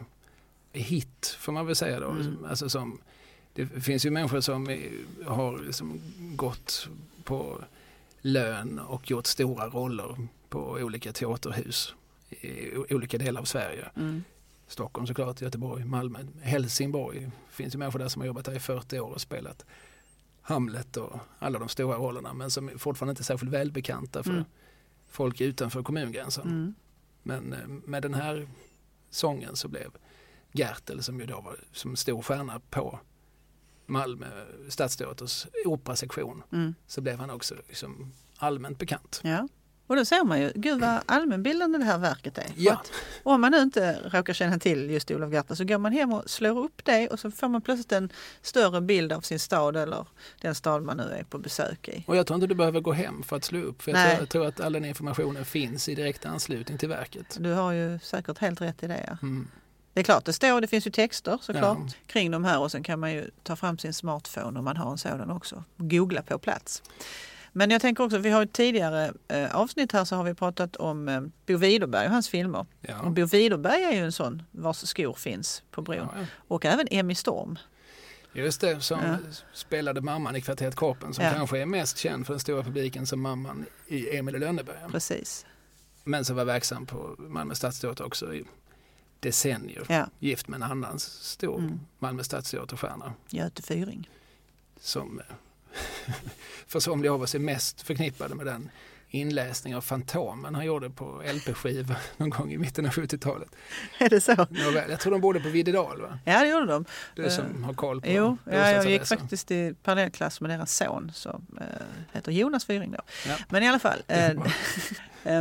hit, får man väl säga då. Mm. Alltså som, det finns ju människor som är, har liksom gått på lön och gjort stora roller på olika teaterhus i olika delar av Sverige. Mm. Stockholm såklart, Göteborg, Malmö, Helsingborg. Det finns ju människor där som har jobbat där i fyrtio år och spelat Hamlet och alla de stora rollerna, men som fortfarande inte är särskilt välbekanta för mm. folk utanför kommungränsen. Mm. Men med den här sången så blev Gertel, som ju då var som stor stjärna på Malmö stadsteaters operasektion Mm. så blev han också liksom allmänt bekant. Ja. Och då ser man ju, gud vad allmänbildande det här verket är. Ja. Att, om man nu inte råkar känna till just Olof Gartner så går man hem och slår upp det och så får man plötsligt en större bild av sin stad eller den stad man nu är på besök i. Och jag tror inte du behöver gå hem för att slå upp. För jag Nej. tror, jag tror att all den informationen finns i direkt anslutning till verket. Du har ju säkert helt rätt i det. Ja. Mm. Det är klart, det står, det finns ju texter såklart Ja. kring de här och sen kan man ju ta fram sin smartphone om man har en sådan också. Googla på plats. Men jag tänker också, vi har ett tidigare eh, avsnitt här så har vi pratat om eh, Bo Widerberg och hans filmer. Ja. Och Bo Widerberg är ju en sån vars skor finns på bron. Ja, ja. Och även Emmy Storm. Just det, som Ja. spelade mamman i Kvarteret Korpen som Ja. kanske är mest känd för den stora publiken som mamman i Emil i Lönneberga. Precis. Men som var verksam på Malmö stadsteater också i decennier. Ja, Gift med en annan stor Mm. Malmö stadsteaterstjärna Göte Fyring. som för somliga av oss är mest förknippade med den inläsning av Fantomen han gjorde på L P-skiva någon gång i mitten av sjuttiotalet. Är det så? Nåväl, jag tror de bodde på Viddedal, va? Ja, det gjorde de. Du som har koll på Jo, ja, jag gick bostadsadresser. faktiskt i parallellklass med deras son som eh, heter Jonas Fyring då. Ja. Men i alla fall. Det är Eh, bra. eh,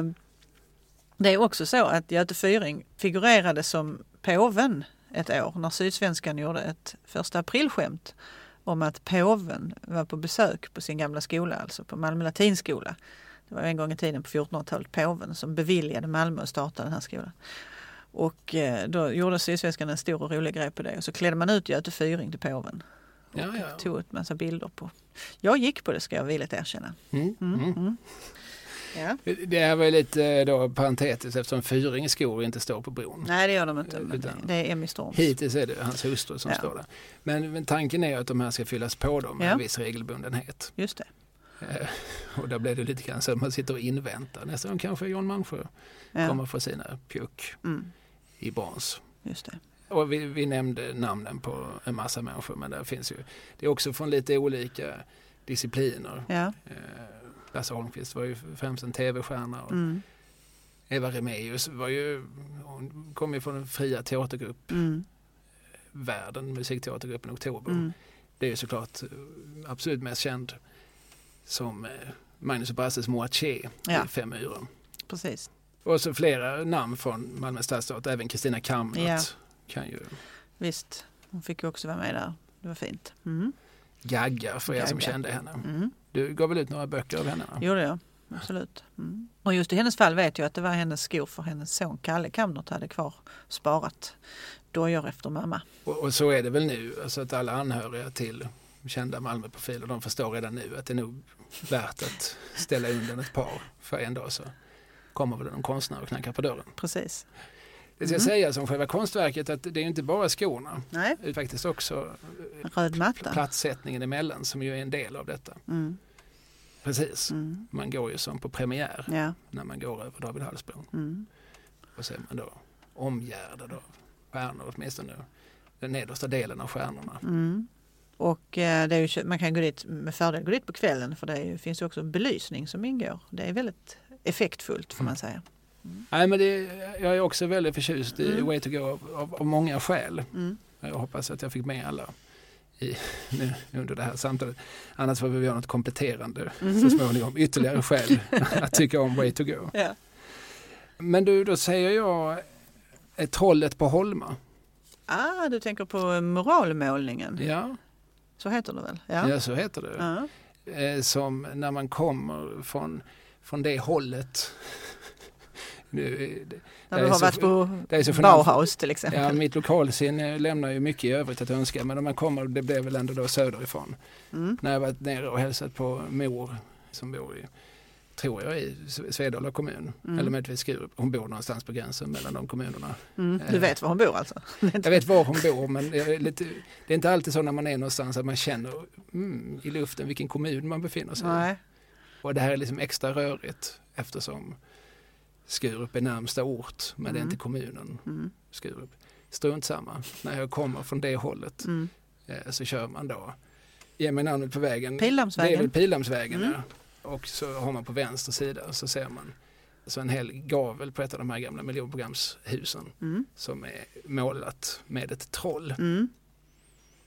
det är också så att Göte Fyring figurerade som påven ett år när Sydsvenskan gjorde ett första aprilskämt om att påven var på besök på sin gamla skola, alltså på Malmö latinskola. Det var en gång i tiden på fjortonhundratalet påven som beviljade Malmö att starta den här skolan. Och eh, då gjorde Sydsvenskan en stor och rolig grej på det och så klädde man ut Göte Fyring till påven. Och Ja, ja. tog ett massa bilder på. Jag gick på det, ska jag villigt erkänna. Mm, Mm, mm. mm. Ja. Det är väl lite då parentetiskt eftersom Fyrings skor inte står på bron. Nej, det gör de inte. Men det, Utan- det är Emmy Storms. Hittills är det hans hustru som Ja. står där. Men, men tanken är att de här ska fyllas på dem med Ja. en viss regelbundenhet. Just det. Eh, och där blir det lite grann så att man sitter och inväntar. Nästa gång kanske Jan Malmsjö Ja. kommer få sina pjuck Mm, i brons. just det. Och vi, vi nämnde namnen på en massa människor, men det finns ju, det är också från lite olika discipliner. Ja. Eh, Lasse Holmqvist var ju främst en tv-stjärna och Mm, Eva Remaeus var ju, hon kom ju från den fria teatergrupp mm, världen, musikteatergruppen Oktober. mm. Det är ju såklart eh, absolut mest känd som eh, Magnus och Brasses Moaché Ja. i Fem myror. Precis. Och så flera namn från Malmö stadsteater, även Kristina Kamrat Ja. kan ju Visst. Hon fick ju också vara med där. Det var fint. Mm. gagga för er som Gagga. kände henne. Mm. Du gav väl ut några böcker av henne? Va? Gjorde jag. Absolut. Mm. Och just i hennes fall vet jag att det var hennes skor för hennes son Kalle Kamrat hade kvar sparat dojor efter mamma. Och, och så är det väl nu, alltså att alla anhöriga till kända Malmöprofiler, de förstår redan nu att det är nog värt att ställa undan ett par för en dag så kommer väl någon konstnär och knackar på dörren. Precis. Det ska Mm. säga som själva konstverket att det är inte bara skorna, Nej, det är faktiskt också en röd matta. platssättningen emellan som ju är en del av detta. Mm. Precis, Mm. man går ju som på premiär Ja. när man går över David Hallsbron Mm. och så är man då omgärdad av stjärnor, åtminstone den nedersta delen av stjärnorna. Mm. Och eh, det är ju, man kan gå dit med fördel gå dit på kvällen för det är ju, finns ju också belysning som ingår. Det är väldigt effektfullt får man säga. Nej, men det, jag är också väldigt förtjust i Mm. Way to Go av, av, av många skäl. Mm. Jag hoppas att jag fick med alla i, nu, under det här samtalet. Annars får vi göra något kompletterande Mm. så småningom. Ytterligare skäl att tycka om Way to Go. Ja. Men du, då säger jag är Trollet på Holma. Ah, du tänker på moralmålningen. Ja, Så heter det väl? ja. Ja. så heter det. Ja. Eh, som när man kommer från, från det hållet. Nu, det, När det du är har så- varit på det är så förnämt. Bauhaus till exempel. Ja, mitt lokalsinne lämnar ju mycket i övrigt att önska, men om man kommer, det blir väl ändå då söderifrån. Mm. När jag varit nere och hälsat på mor som bor i, tror jag, i Svedala kommun, Mm. eller möjligtvis Skurup. Hon bor någonstans på gränsen mellan de kommunerna. Mm. Du vet var hon bor alltså? Jag vet var hon bor, men det är, lite, det är inte alltid så när man är någonstans att man känner mm, i luften vilken kommun man befinner sig i. Nej. Och det här är liksom extra rörigt eftersom Skurup är närmsta ort, men det är Mm. inte kommunen Mm. Skurup. Strunt samma. När jag kommer från det hållet Mm. eh, så kör man då, ge mig namnet på vägen. Pildammsvägen. Det är väl Pildammsvägen, Mm. ja. Och så har man på vänster sida så ser man så en hel gavel på ett av de här gamla miljonprogramshusen Mm. som är målat med ett troll. Mm.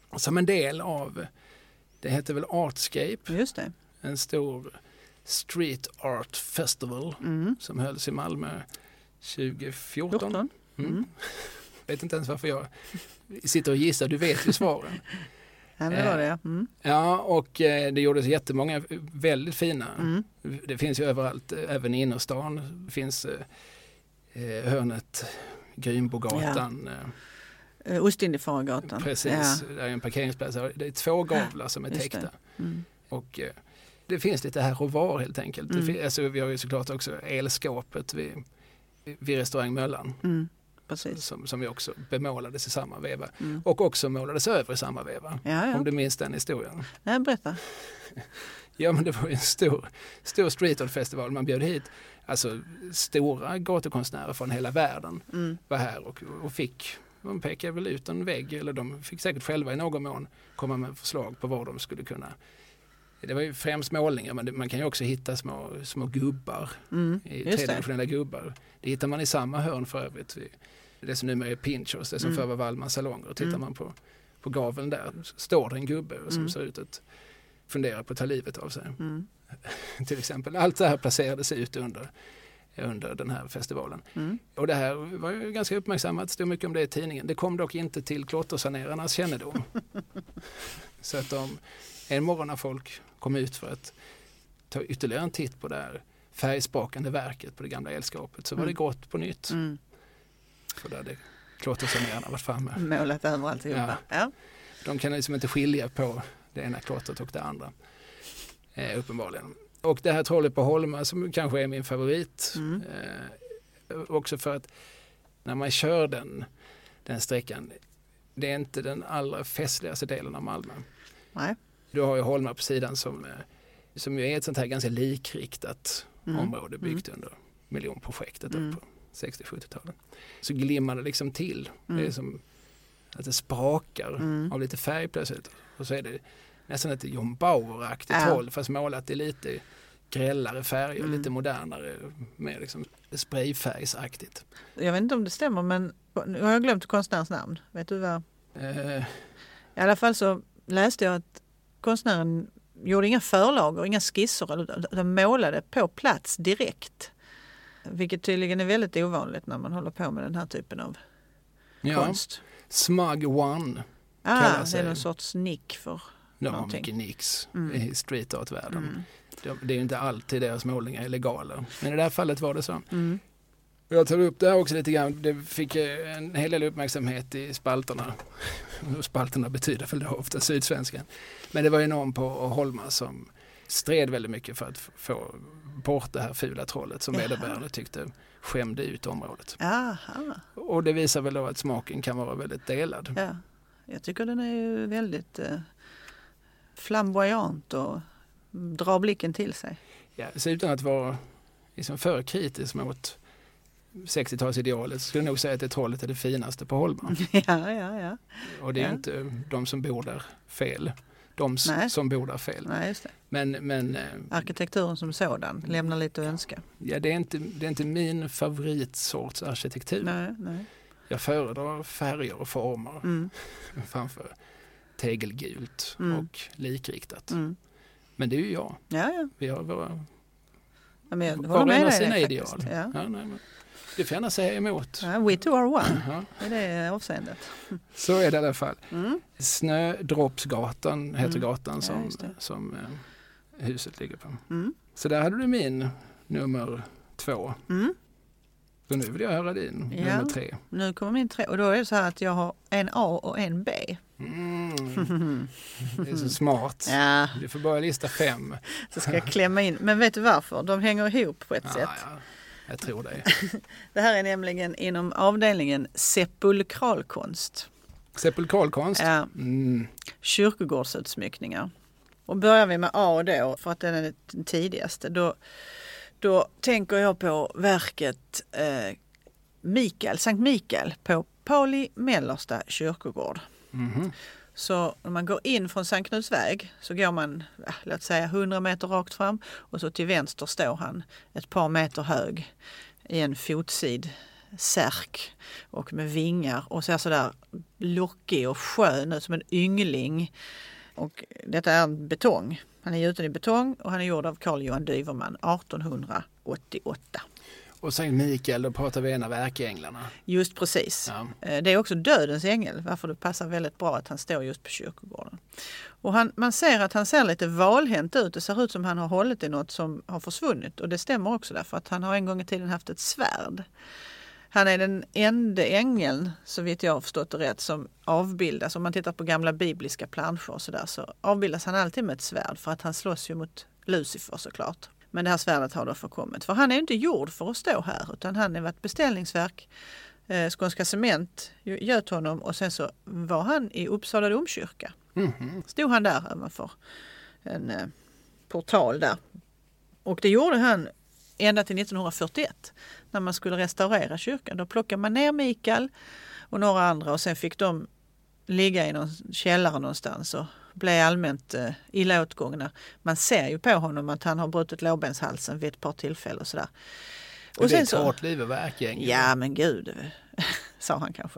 som en del av, det heter väl Artscape. Just det. En stor street art festival mm. som hölls i Malmö tjugo fjorton. fjorton. Mm. Mm. Jag vet inte ens varför jag sitter och gissar, du vet ju svaren. Ja, det var det. Mm. Ja, och eh, det gjordes jättemånga väldigt fina. Mm. Det finns ju överallt, även i innerstan. Det finns eh, hörnet Grynbogatan. Ja. Eh, Ostindiefarargatan. Precis, ja. Där är en parkeringsplats. Det är två gavlar som är täckta. Mm. Och eh, det finns lite här och var helt enkelt. Mm. Det finns, alltså, vi har ju såklart också elskåpet vid, vid restaurang Möllan. Mm. Som, som vi också bemålades i samma veva. Mm. Och också målades över i samma veva. Ja, ja. Om du minns den historien. Ja, berätta. Ja, men det var ju en stor, stor street art festival. Man bjöd hit alltså, stora gatukonstnärer från hela världen. Mm. Var här och, och fick, de pekade väl ut en vägg. Eller de fick säkert själva i någon mån komma med förslag på vad de skulle kunna. Det var ju främst målningar, men det, man kan ju också hitta små, små gubbar. Mm. I tredimensionella gubbar. Det hittar man i samma hörn för övrigt. Det som numera är Pinchos, det som mm. förr var Wallmans salonger. Och tittar mm. man på, på gaveln där, står det en gubbe som mm. ser ut att fundera på att ta livet av sig. Mm. Till exempel. Allt det här placerades ut under, under den här festivalen. Mm. Och det här var ju ganska uppmärksammat, det stod mycket om det i tidningen. Det kom dock inte till klottersanerarnas kännedom. Så att de, en morgon när folk kom ut för att ta ytterligare en titt på det här färgsprakande verket på det gamla elskåpet, så var det grått på nytt. Mm. För där det klottersanerarna varit framme. Målat överallt. Ja. Ja. De kan liksom inte skilja på det ena klottret och det andra. Eh, uppenbarligen. Och det här trollet på Holma som kanske är min favorit. Mm. Eh, också för att när man kör den, den sträckan, det är inte den allra festligaste delen av Malmö. Nej. Du har ju Holma på sidan som, som ju är ett sånt här ganska likriktat mm. område byggt mm. under miljonprojektet mm. på sextio-sjuttiotalet. Så glimmar det liksom till. Mm. Det är som att det sprakar mm. av lite färg plötsligt. Och så är det nästan ett John Bauer-aktigt ja. håll, fast målat i lite grällare färger, mm. lite modernare, mer liksom sprayfärgsaktigt. Jag vet inte om det stämmer, men nu har jag glömt konstnärens namn. Vet du vad? Uh. I alla fall så läste jag att konstnären gjorde inga förlagor, inga skisser, de målade på plats direkt. Vilket tydligen är väldigt ovanligt när man håller på med den här typen av ja. konst. Smug One ah, kallas det. Det är någon sorts nick för de någonting. De har mycket nicks mm. i street art-världen. Mm. De, det är ju inte alltid deras målningar är legala. Men i det här fallet var det så. Mm. Jag tar upp det här också lite grann. Det fick en hel del uppmärksamhet i spalterna. Spalterna betyder väl då ofta Sydsvenskan. Men det var ju någon på Holma som stred väldigt mycket för att få bort det här fula trollet som vederbörande tyckte skämde ut området. Aha. Och det visar väl då att smaken kan vara väldigt delad. Ja, jag tycker den är ju väldigt eh, flamboyant och drar blicken till sig. Ja, så utan att vara liksom för kritisk mot sextiotalsidealet skulle jag nog säga att det trollet är det finaste på Holma. Ja, ja, ja. Och det är ja. inte de som bor där fel. De Nej. som bor där fel. Nej, just det. Men, men, arkitekturen som sådan lämnar lite att önska. Ja, det är inte, det är inte min favoritsorts arkitektur. Nej, nej. Jag föredrar färger och former mm. framför tegelgult mm. och likriktat. Mm. Men det är ju jag. Ja, ja. Vi har våra ja, men var och en har sina ideal. Ja. Ja, nej, men du får gärna säga emot. Ja, we two are one. Ja. Det är det avseendet. Så är det i alla fall. Mm. Snödroppsgatan heter mm. gatan som, ja, som eh, huset ligger på. Mm. Så där hade du min nummer två. Mm. Så nu vill jag höra din ja. nummer tre. Nu kommer min tre. Och då är det så här att jag har en A och en B. Mm. Det är så smart. Ja. Du får börja lista fem. Så ska jag klämma in. Men vet du varför? De hänger ihop på ett ja, sätt. Ja. Jag tror det. Det här är nämligen inom avdelningen sepulkralkonst. Sepulkralkonst? Ja. Mm. Kyrkogårdsutsmyckningar. Och börjar vi med A då, för att den är den tidigaste, då, då tänker jag på verket eh, Mikael, Sankt Mikael på Pauli Mellersta kyrkogård. Mm-hmm. Så när man går in från Sankt Knuts väg så går man, ja, låt säga hundra meter rakt fram och så till vänster står han ett par meter hög i en fotsid särk och med vingar och ser sådär lockig och skön ut som en yngling. Och detta är en betong. Han är gjuten i betong och han är gjord av Carl Johan Dyverman arton åttioåtta. Och Sankt Mikael, då pratar vi en av ärkeänglarna. Just precis. Ja. Det är också dödens ängel, varför det passar väldigt bra att han står just på kyrkogården. Och han, man ser att han ser lite valhänt ut. Det ser ut som han har hållit i något som har försvunnit. Och det stämmer också därför att han har en gång i tiden haft ett svärd. Han är den enda ängeln, så vitt jag har förstått det rätt, som avbildas. Om man tittar på gamla bibliska planscher och sådär så avbildas han alltid med ett svärd för att han slåss ju mot Lucifer såklart. Men det här svärdet har då förkommit. För han är inte gjord för att stå här utan han är ett beställningsverk. Eh, Skånska Cement göt honom och sen så var han i Uppsala domkyrka. Mm-hmm. Stod han där ovanför en eh, portal där. Och det gjorde han ända till nittonhundrafyrtioett när man skulle restaurera kyrkan. Då plockade man ner Mikael och några andra och sen fick de ligga i någon källare någonstans och blev allmänt eh, illa åtgångna. Man ser ju på honom att han har brutit lårbenshalsen vid ett par tillfällen och sådär. Och, och det är ett hårt liv och verk egentligen. Ja men gud, sa han kanske.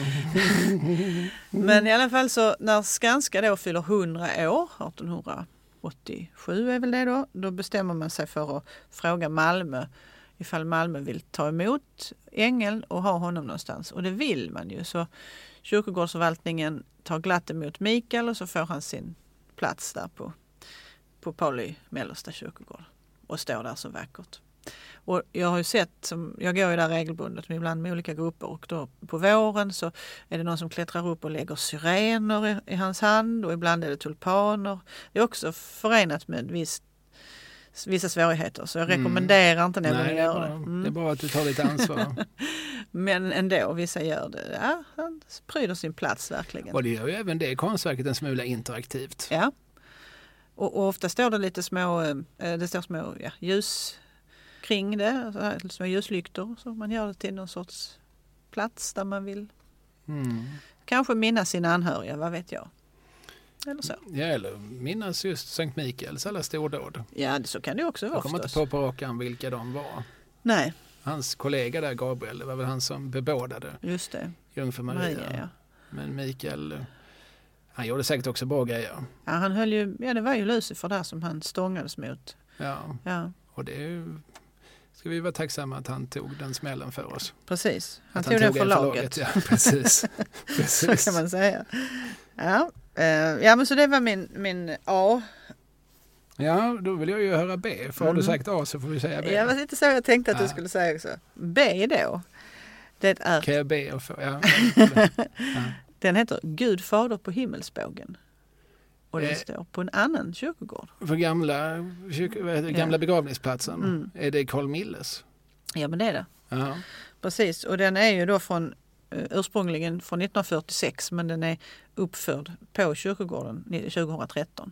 Mm. Men i alla fall så när Skanska då fyller hundra år, arton åttiosju är väl det då, då bestämmer man sig för att fråga Malmö ifall Malmö vill ta emot ängeln och ha honom någonstans. Och det vill man ju. Så kyrkogårdsförvaltningen tar glatt emot Mikael och så får han sin plats där på, på Pauli mellersta kyrkogård. Och står där så vackert. Och jag har ju sett, som, jag går ju där regelbundet ibland med olika grupper och då på våren så är det någon som klättrar upp och lägger syrener i, i hans hand och ibland är det tulpaner. Det är också förenat med viss, vissa svårigheter så jag rekommenderar mm. inte någon att göra det. Mm. Det är bra att du tar lite ansvar. Men ändå, vissa gör det. Ja, han pryder sin plats verkligen. Och det gör ju även det konstverket en smula interaktivt. Ja, och, och ofta står det lite små, det står små ja, ljus kring det, så här, små ljuslyktor så man gör det till någon sorts plats där man vill mm. kanske minnas sina anhöriga, vad vet jag. Eller så. Ja, eller minnas just Sankt Mikaels alla stordåd. Ja, så kan det också vara. Jag kommer inte på på rakan vilka de var. Nej. Hans kollega där, Gabriel, det var väl han som bebådade just det. Jungfru Maria. Maria ja. Men Mikael, han gjorde säkert också bra grejer. Ja, han höll ju, ja det var ju Lucifer där som han stångades mot. Ja, ja. Och det är ju, ska vi vara tacksamma att han tog den smällen för oss. Precis, han, han tog, tog den för laget. Ja, precis. precis. Så kan man säga. Ja, uh, ja men så det var min, min A. Ja, då vill jag ju höra B. För mm. har du sagt A så får du säga B. Ja, det var inte så jag tänkte att ja. du skulle säga också. B då, det är... Kan jag be och få, ja. ja. Den heter Gud fader på himmelsbågen. Och den eh, står på en annan kyrkogård. För gamla, kyrk, gamla ja. begravningsplatsen, mm. är det Carl Milles? Ja, men det är det. Ja. Precis, och den är ju då från ursprungligen från nittonhundrafyrtiosex men den är uppförd på kyrkogården tjugohundratretton.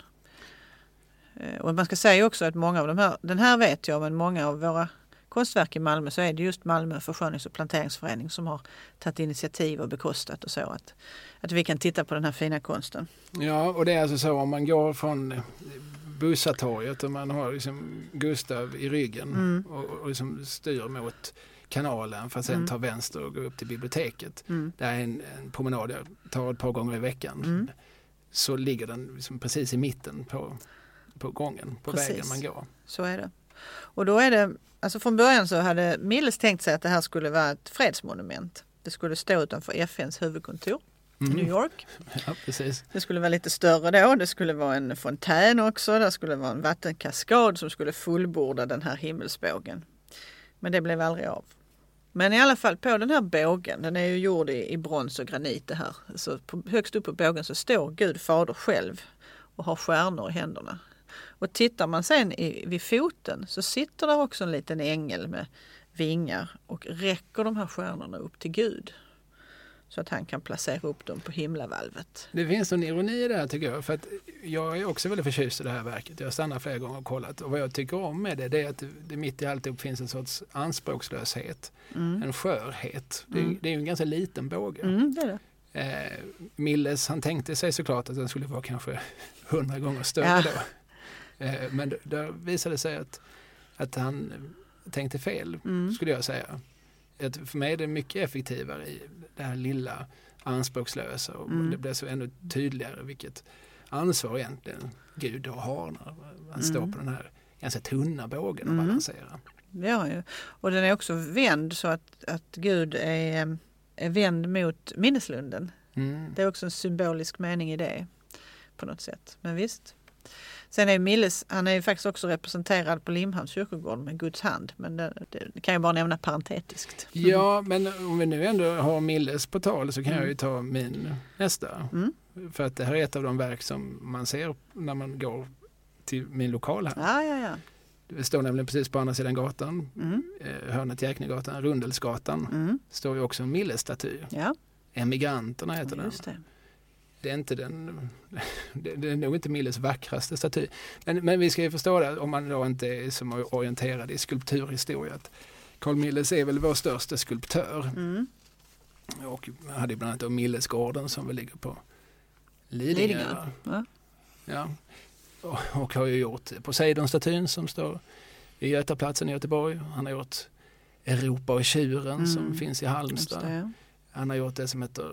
Och man ska säga också att många av de här, den här vet jag, men många av våra konstverk i Malmö så är det just Malmö förskönings- och planteringsförening som har tagit initiativ och bekostat och så att, att vi kan titta på den här fina konsten. Ja, och det är alltså så om man går från Bussatorget och man har liksom Gustav i ryggen mm. och, och liksom styr mot kanalen för att sen mm. ta vänster och gå upp till biblioteket. Mm. Det är en, en promenad jag tar ett par gånger i veckan. Mm. Så ligger den liksom precis i mitten på, på gången, på precis. Vägen man går. Så är det. Och då är det, alltså från början så hade Milles tänkt sig att det här skulle vara ett fredsmonument. Det skulle stå utanför F N:s huvudkontor mm. i New York. Ja, precis. Det skulle vara lite större då. Det skulle vara en fontän också. Det skulle vara en vattenkaskad som skulle fullborda den här himmelsbågen. Men det blev aldrig av. Men i alla fall på den här bågen, den är ju gjord i, i brons och granit det här. Så på, högst upp på bågen så står Gud fader själv och har stjärnor i händerna. Och tittar man sen i, vid foten så sitter där också en liten ängel med vingar och räcker de här stjärnorna upp till Gud. Så att han kan placera upp dem på himlavalvet. Det finns en ironi i det här tycker jag. För att jag är också väldigt förtjust i det här verket. Jag har stannat flera gånger och kollat. Och vad jag tycker om med det, det är att det, det mitt i alltihop finns en sorts anspråkslöshet. Mm. En skörhet. Det, mm. det är ju en ganska liten båge. Mm, det är det. Eh, Milles, han tänkte sig såklart att den skulle vara kanske hundra gånger större ja. då. Eh, men då, då visade det sig att, att han tänkte fel, mm. skulle jag säga. För mig är det mycket effektivare i det här lilla anspråkslösa och Mm. det blir så ännu tydligare vilket ansvar egentligen Gud har när han Mm. står på den här ganska tunna bågen och Mm. balanserar. Ja, ju. Och den är också vänd så att, att Gud är, är vänd mot minneslunden. Mm. Det är också en symbolisk mening i det på något sätt. Men visst. Sen är Milles, han är ju faktiskt också representerad på Limhamns kyrkogård med Guds hand. Men det, det kan jag bara nämna parentetiskt. Mm. Ja, men om vi nu ändå har Milles på tal så kan Mm. jag ju ta min nästa. Mm. För att det här är ett av de verk som man ser när man går till min lokal här. Ja, ja, ja. Det står nämligen precis på andra sidan gatan, Mm. eh, hörnet Jäknegatan, Rundelsgatan, Mm. står ju också en Milles-staty. Ja, Emigranterna heter just den. det. Det är, inte den, det, det är nog inte Milles vackraste staty. Men, men vi ska ju förstå det, om man då inte är som orienterad i skulpturhistoria, att Carl Milles är väl vår största skulptör. Mm. Och hade bland annat då Millesgården som väl ligger på Lidingö. Lidingö. Ja. Ja. Och, och har ju gjort Poseidon-statyn som står i Götaplatsen i Göteborg. Han har gjort Europa och tjuren Mm. som finns i Just Halmstad. det, ja. Han har gjort det som heter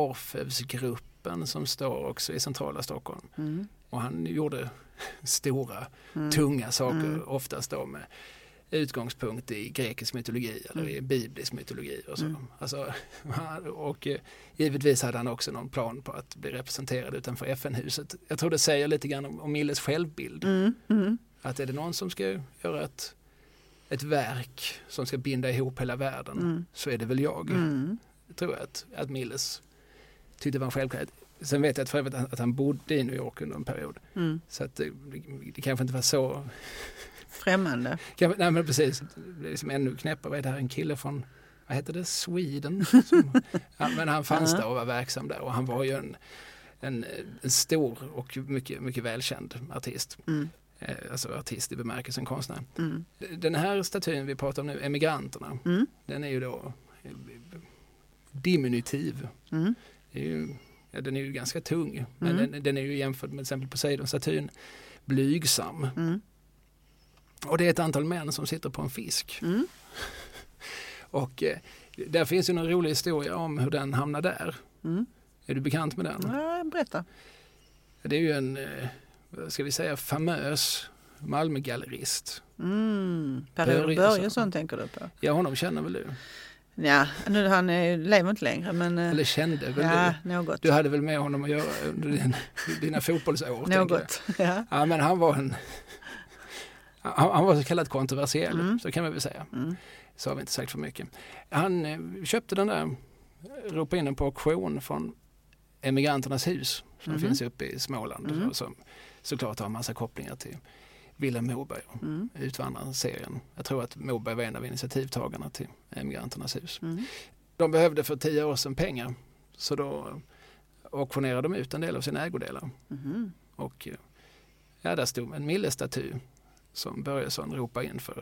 Orfeusgruppen som står också i centrala Stockholm. Mm. Och han gjorde stora, Mm. tunga saker, Mm. oftast då med utgångspunkt i grekisk mytologi eller Mm. i biblisk mytologi och så. Mm. Alltså, och eh, givetvis hade han också någon plan på att bli representerad utanför F N-huset. Jag tror det säger lite grann om, om Milles självbild. Mm. Mm. Att är det någon som ska göra ett, ett verk som ska binda ihop hela världen Mm. så är det väl jag. Mm. Jag tror att, att Milles tyckte det var en självklarhet. Sen vet jag att, för övrigt att han bodde i New York under en period. Mm. Så att det, det kanske inte var så... Främmande. Kanske, nej men precis, det är liksom ännu knäppare. Vad är det här, en kille från, vad heter det, Sweden? Som, ja, men han fanns Ja. där och var verksam där och han var ju en, en, en stor och mycket, mycket välkänd artist. Mm. Eh, alltså artist i bemärkelsen konstnär. Mm. Den här statyn vi pratar om nu, Emigranterna, Mm. den är ju då eh, diminutiv. Mm. Det är ju, ja, den är ju ganska tung, men Mm. den, den är ju jämfört med till exempel Poseidon-statyn blygsam. Mm. Och det är ett antal män som sitter på en fisk. Mm. Och eh, där finns ju en rolig historia om hur den hamnar där. Mm. Är du bekant med den? Ja, berätta. Det är ju en, eh, vad ska vi säga, famös Malmögallerist. Mm. Per-Olof Börjesson. Börjesson tänker du på? Ja, honom känner väl du? Ja, nu han är, lever inte längre men... eh, Eller kände väl ja, du? något. Du hade väl med honom att göra under din, dina fotbollsår? tänker jag. Något, ja. Ja, men han var en... Han, han var så kallat kontroversiell, Mm. så kan man väl säga. Mm. Så har vi inte sagt för mycket. Han eh, köpte den där, ropade in den på auktion från Emigranternas hus som Mhm. finns uppe i Småland Mm. och som såklart har en massa kopplingar till Vilhelm Moberg och Mm. Utvandrarserien. Jag tror att Moberg var en av initiativtagarna till Emigranternas hus. Mm. De behövde för tio år sedan pengar så då auktionerade de ut en del av sina ägodelar. Mhm. Och eh, ja, där stod en Milles-staty som Börjesson ropade in för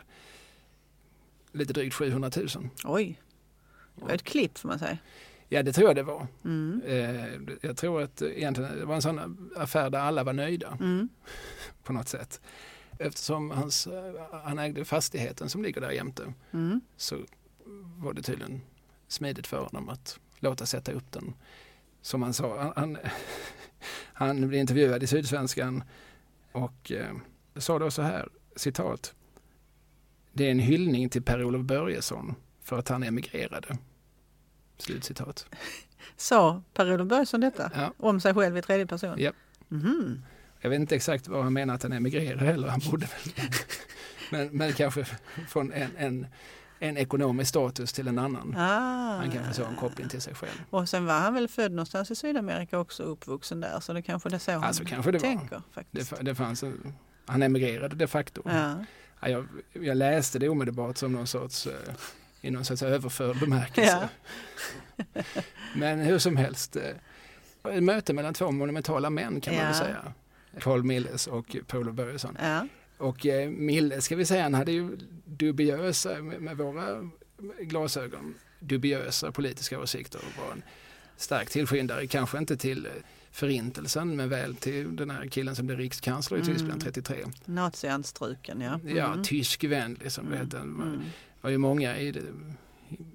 lite drygt sjuhundratusen. Oj, det var ett klipp får man säga. Ja, det tror jag det var. Mm. Eh, jag tror att egentligen det var en sån affär där alla var nöjda Mm. på något sätt. Eftersom hans, han ägde fastigheten som ligger där jämte Mm. så var det tydligen smidigt för honom att låta sätta upp den. Som han sa, han, han, han blev intervjuad i Sydsvenskan och eh, sa då så här, citat: det är en hyllning till Per-Olof Börjesson för att han emigrerade. Slutcitat. Sa Per-Olof Börjesson detta? Ja. Om sig själv i tredje person? Ja. Mhm. Jag vet inte exakt vad han menar att han emigrerade heller. Han bodde väl. men, men kanske från en, en, en ekonomisk status till en annan. Ah. Han kanske såg en koppling till sig själv. Och sen var han väl född någonstans i Sydamerika också, uppvuxen där. Så det kanske det är så han Alltså, kanske det var. tänker faktiskt. Det, det fanns en, han emigrerade de facto. Ja. Ja, jag, jag läste det omedelbart som någon sorts, eh, i någon sorts överförd bemärkelse. Ja. Men hur som helst, eh, ett möte mellan två monumentala män kan man Ja. väl säga. Carl Milles och Per-Olof Börjesson. Ja. Och eh, Milles, ska vi säga, han hade ju dubiösa, med, med våra glasögon, dubiösa politiska åsikter och var en stark tillskyndare, kanske inte till eh, förintelsen, men väl till den här killen som blev rikskansler i Mm. Tyskland trettiotre. Nazianstruken, ja. Mm. Ja, tyskvänlig som det heter. Det Mm. var ju många i det,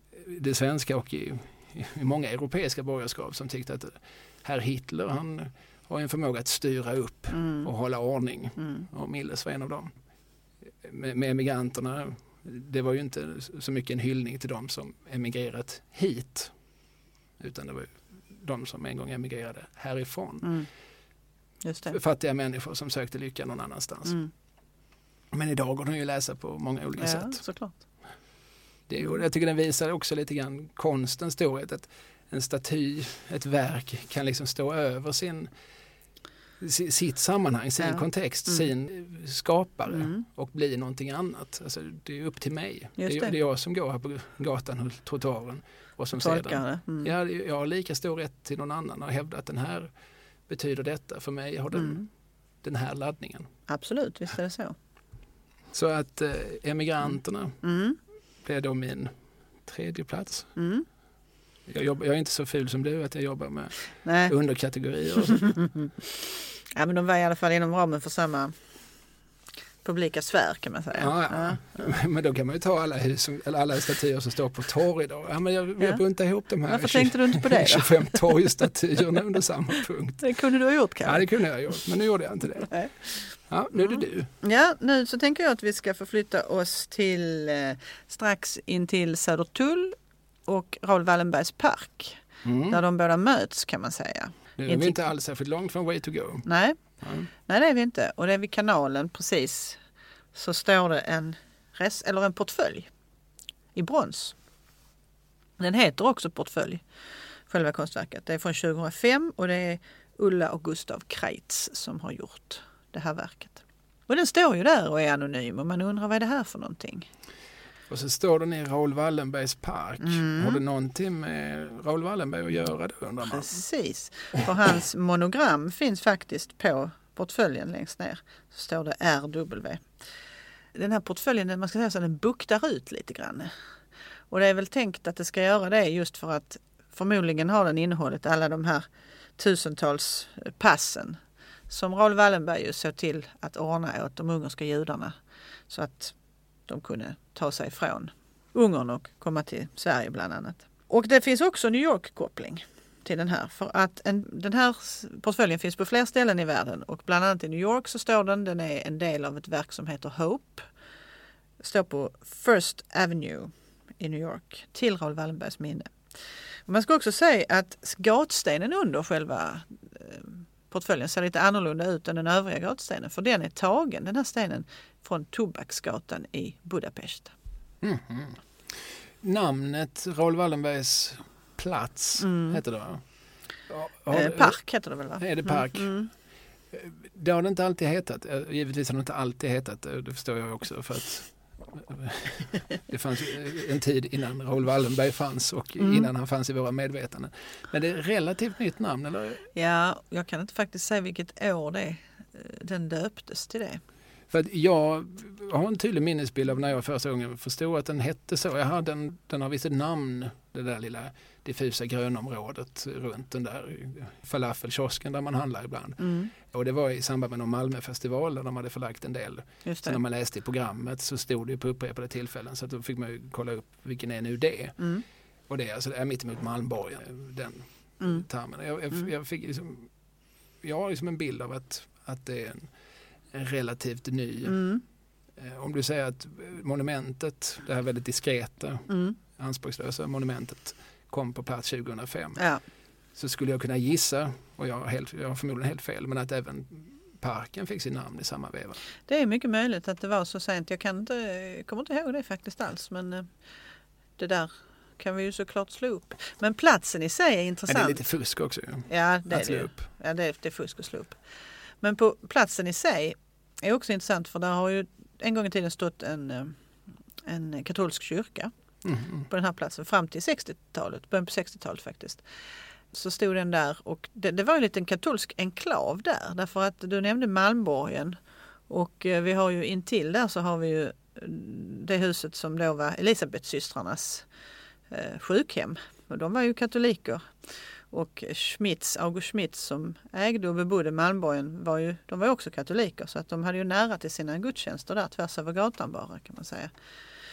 det svenska och i, i många europeiska borgerskap som tyckte att herr Hitler, han har en förmåga att styra upp mm. och hålla ordning. Mm. Och Milles var en av dem. Med, med emigranterna, det var ju inte så mycket en hyllning till dem som emigrerat hit, utan det var de som en gång emigrerade härifrån. Mm. Just det. Fattiga människor som sökte lycka någon annanstans. Mm. Men idag går de ju läsa på många olika ja, sätt. Såklart. Det, jag tycker den visar också lite grann konstens storhet. Att en staty, ett verk kan liksom stå över sin, sitt sammanhang, sin ja. kontext, mm. sin skapare mm. och bli någonting annat. Alltså, det är upp till mig. Det. Det, är, det är jag som går här på gatan och trottoaren och som ser den. Mm. Jag, jag har lika stor rätt till någon annan och hävdat att den här betyder detta. För mig har den, mm. den här laddningen. Absolut, visst är det så. Så att eh, emigranterna mm. blev då min tredje plats. Mm. Jag, jobbar, jag är inte så ful som du att jag jobbar med Nej. underkategorier. Och så. Ja, men de var i alla fall inom ramen för samma publika sfär kan man säga. Ja, ja. Ja. Men då kan man ju ta alla, hus som, eller alla statyer som står på torg idag. Ja, men jag vill ja. bunta ihop de här Varför tänkte du inte på det då? tjugofem torgstatyerna under samma punkt. Det kunde du ha gjort kanske? Ja, det kunde jag ha gjort, men nu gjorde jag inte det. Nej. Ja, nu är det du. Ja, nu så tänker jag att vi ska förflytta oss till eh, strax in till Södertull och Raoul Wallenbergs park. Mm. Där de båda möts kan man säga. Nu är vi inte alls särskilt långt från Way to go. Nej. Mm. Nej, det är vi inte. Och det är vid kanalen precis. Så står det en, res, eller en portfölj i brons. Den heter också portfölj, själva konstverket. Det är från tjugohundrafem och det är Ulla och Gustav Kreitz som har gjort det här verket. Och den står ju där och är anonym och man undrar vad är det här för någonting. Och så står den i Raoul Wallenbergs park. Mm. Har det någonting med Raoul Wallenberg att göra då, undrar man? Precis. För hans monogram finns faktiskt på portföljen längst ner. Så står det R W. Den här portföljen, man ska säga så, den buktar ut lite grann. Och det är väl tänkt att det ska göra det just för att förmodligen har den innehållit alla de här tusentals passen som Raoul Wallenberg ju såg till att ordna åt de ungerska judarna så att de kunde ta sig från Ungern och komma till Sverige bland annat. Och det finns också New York-koppling till den här. För att en, den här portföljen finns på fler ställen i världen och bland annat i New York så står den, den är en del av ett verk som heter Hope. Står på First Avenue i New York till Raoul Wallenbergs minne. Och man ska också säga att gatstenen under själva portföljen ser lite annorlunda ut än den övriga gatstenen. För den är tagen, den här stenen, från Tobaksgatan i Budapest. Mm-hmm. Namnet Raoul Wallenbergs plats mm. heter det? Ja, eh, park heter det väl va? Är det park? Mm. Mm. Det har det inte alltid hetat. Givetvis har det inte alltid hetat. Det förstår jag också för att det fanns en tid innan Raoul Wallenberg fanns och mm. innan han fanns i våra medvetanden. Men det är ett relativt nytt namn, eller? Ja, jag kan inte faktiskt säga vilket år det den döptes till det. För att jag har en tydlig minnesbild av när jag första gången förstod att den hette så. Jag hade den, den har visst ett namn, det där lilla diffusa grönområdet runt den där falafelkiosken där man handlar ibland. Mm. Och det var i samband med någon Malmöfestival där de hade förlagt en del. Så när man läste i programmet så stod det på upprepade tillfällen så att då fick man ju kolla upp vilken är nu det. Mm. Och det, alltså, det är mitt emot Malmborg, den mm. termen. Jag, jag, jag, fick liksom, jag har liksom en bild av att, att det är en En relativt ny. Mm. Om du säger att monumentet, det här väldigt diskreta, mm. anspråkslösa monumentet kom på plats tjugohundrafem. Ja. Så skulle jag kunna gissa, och jag har, helt, jag har förmodligen helt fel, men att även parken fick sin namn i samma veva. Det är mycket möjligt att det var så sent. Jag kan inte, jag kommer inte ihåg det faktiskt alls, men det där kan vi ju såklart slå upp. Men platsen i sig är intressant. Men det är lite fusk också. Ja, det att är det. Upp. Ja, det är, det är fusk att slå upp. Men på platsen i sig är också intressant för där har ju en gång i tiden stått en, en katolsk kyrka mm. på den här platsen fram till sextiotalet, början på sextiotalet faktiskt. Så stod den där och det, det var en liten katolsk enklav där därför att du nämnde Malmborgen och vi har ju intill där så har vi ju det huset som då var Elisabethsystrarnas eh, sjukhem och de var ju katoliker. Och Schmitz, August Schmitz som ägde och bebodde Malmborgen var ju, de var ju också katoliker så att de hade ju nära till sina gudstjänster där tvärs över gatan bara kan man säga.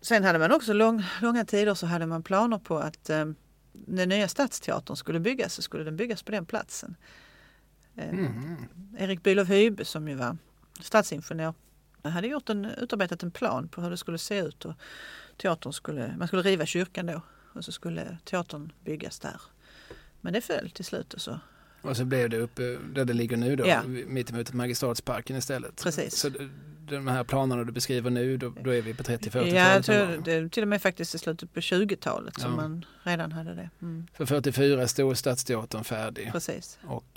sen hade man också lång, långa tider så hade man planer på att eh, den nya stadsteatern skulle byggas så skulle den byggas på den platsen. Eh, mm. Erik Bülow-Hybe som ju var stadsingenjör hade gjort en, utarbetat en plan på hur det skulle se ut och teatern skulle, man skulle riva kyrkan då och så skulle teatern byggas där. Men det föll till slut och så. Och så blev det uppe där det ligger nu då, ja. mitt emot Magistratsparken istället. Precis. Så de här planerna du beskriver nu, då, då är vi på trettio-fyrtiotalet? Ja, jag tror det är till och med faktiskt i slutet på tjugotalet som ja. man redan hade det. Mm. För fyrtiofyra stod Stadsteatern färdig. Precis. Och,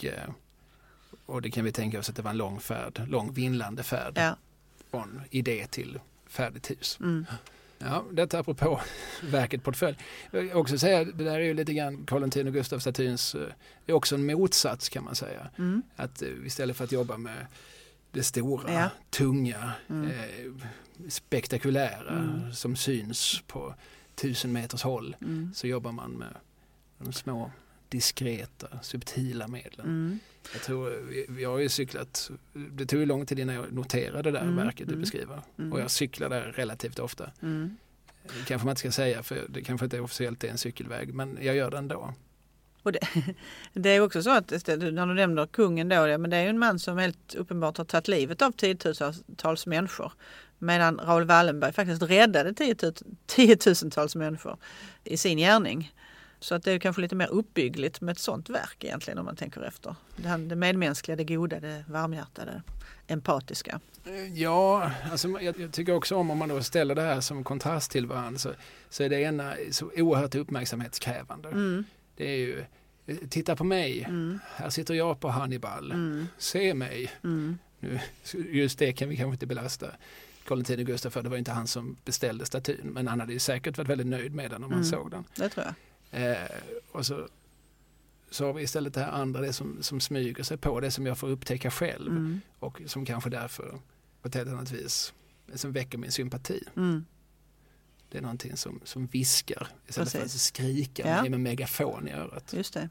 och det kan vi tänka oss att det var en lång färd, lång vinlande färd. Ja. Från idé till färdigt hus. Mm. Ja, detta apropå verket portfölj. Jag vill också säga, det där är ju lite grann Carl X och Gustav-statyns, det är också en motsats kan man säga. Mm. Att istället för att jobba med det stora, ja. tunga, mm. eh, spektakulära mm. som syns på tusen meters håll mm. så jobbar man med de små, diskreta, subtila medlen. Mm. Jag tror, jag har ju cyklat, det tog ju lång tid innan jag noterade det där mm. verket du mm. beskriver. Mm. Och jag cyklar där relativt ofta. Mm. Det kanske man inte ska säga för det kanske inte officiellt är en cykelväg, men jag gör det ändå. Och det, det är också så att när du nämner kungen då, men det är ju en man som helt uppenbart har tagit livet av tiotusentals människor. Medan Raoul Wallenberg faktiskt räddade tiotusentals människor i sin gärning. Så att det är kanske lite mer uppbyggligt med ett sånt verk egentligen om man tänker efter. Det, det medmänskliga, det goda, det varmhjärtade, empatiska. Ja, alltså jag, jag tycker också om om man då ställer det här som kontrast till varandra så, så är det ena så oerhört uppmärksamhetskrävande. Mm. Det är ju, titta på mig, mm. här sitter jag på Hannibal, mm. se mig. Mm. Nu, just det kan vi kanske inte belasta Carl X och Gustav för, det var inte han som beställde statyn, men han hade ju säkert varit väldigt nöjd med den om mm. han såg den. Det tror jag. Eh, och så, så har vi istället det här andra, det som, som smyger sig på, det som jag får upptäcka själv mm. och som kanske därför på ett helt annat vis som väcker min sympati. Mm. Det är någonting som, som viskar istället Precis. för att skrika ja. med megafon i örat. Just det.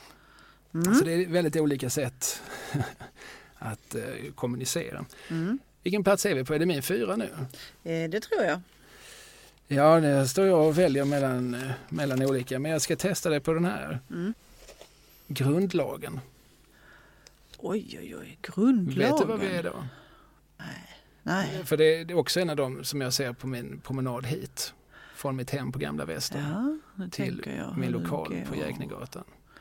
Mm. Så det är väldigt olika sätt att eh, kommunicera. Mm. Vilken plats är vi på? Är det min fyra nu? Eh, det tror jag. Ja, det står jag och väljer mellan, eh, mellan olika. Men jag ska testa det på den här. Mm. Grundlagen. Oj, oj, oj. Grundlagen. Vet du vad vi är då? Nej. Nej. För det, det är också en av dem som jag ser på min promenad hit. Från mitt hem på Gamla Väster. Ja, till jag. min lokal på Jäknegatan.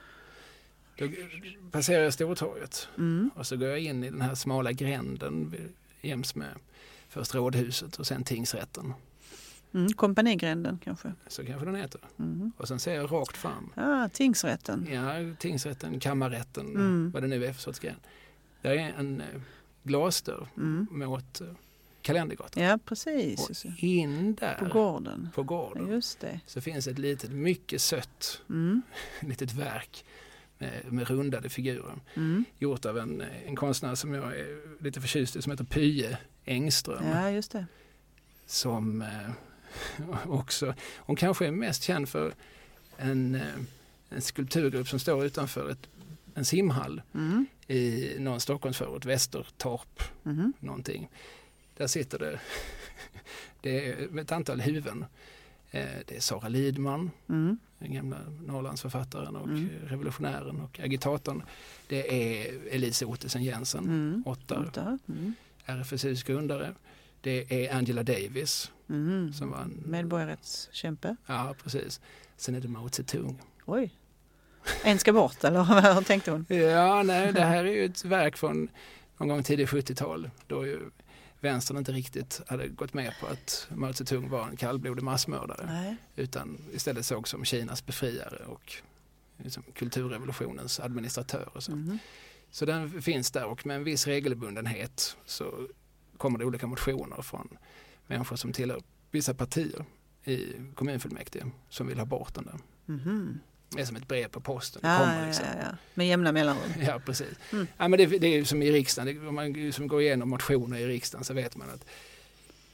Då passerar jag Stortorget. Mm. Och så går jag in i den här smala gränden jäms med först rådhuset och sen tingsrätten. Mm, kompanigränden kanske. Så kanske den heter. Mm. Och sen ser jag rakt fram. Ja, tingsrätten. Ja, tingsrätten, kammarrätten, mm. vad det nu är för sorts gränd. Där är en eh, glasdörr mm. mot eh, Kalendergatan. Ja, precis. Och in där på gården. På gården. Ja, just det. Så finns ett litet, mycket sött mm. litet verk med, med rundade figurer. Mm. Gjort av en, en konstnär som jag är lite förtjust i som heter Pye Engström. Ja, just det. Som eh, också, hon kanske är mest känd för en, eh, en skulpturgrupp som står utanför ett, en simhall mm. i någon Stockholmsförort, Västertorp, mm. någonting. Där sitter det, det är ett antal huvuden. Eh, det är Sara Lidman, mm. den gamla Norrlandsförfattaren och mm. revolutionären och agitatorn. Det är Elise Ottesen Jensen, mm. åttar, mm. R F S U:s grundare. Det är Angela Davis. Mm. Som var en medborgarrättskämpe. Ja, precis. Sen är det Mao Zedong. Oj. En ska bort, eller vad tänkte hon? Ja, nej, det här är ju ett verk från någon gång tidigt sjuttiotal. Då ju vänstern inte riktigt hade gått med på att Mao Zedong var en kallblodig massmördare. Nej. Utan istället såg som Kinas befriare och liksom kulturrevolutionens administratör. Och så. Mm. Så den finns där och med en viss regelbundenhet så kommer det olika motioner från människor som tillhör vissa partier i kommunfullmäktige som vill ha bort den där. Mm. Det är som ett brev på posten. Ja, kommer liksom. ja, ja. Med jämna mellanrum. Ja, precis. Mm. Ja, men det, det är som i riksdagen. Det, om man som går igenom motioner i riksdagen så vet man att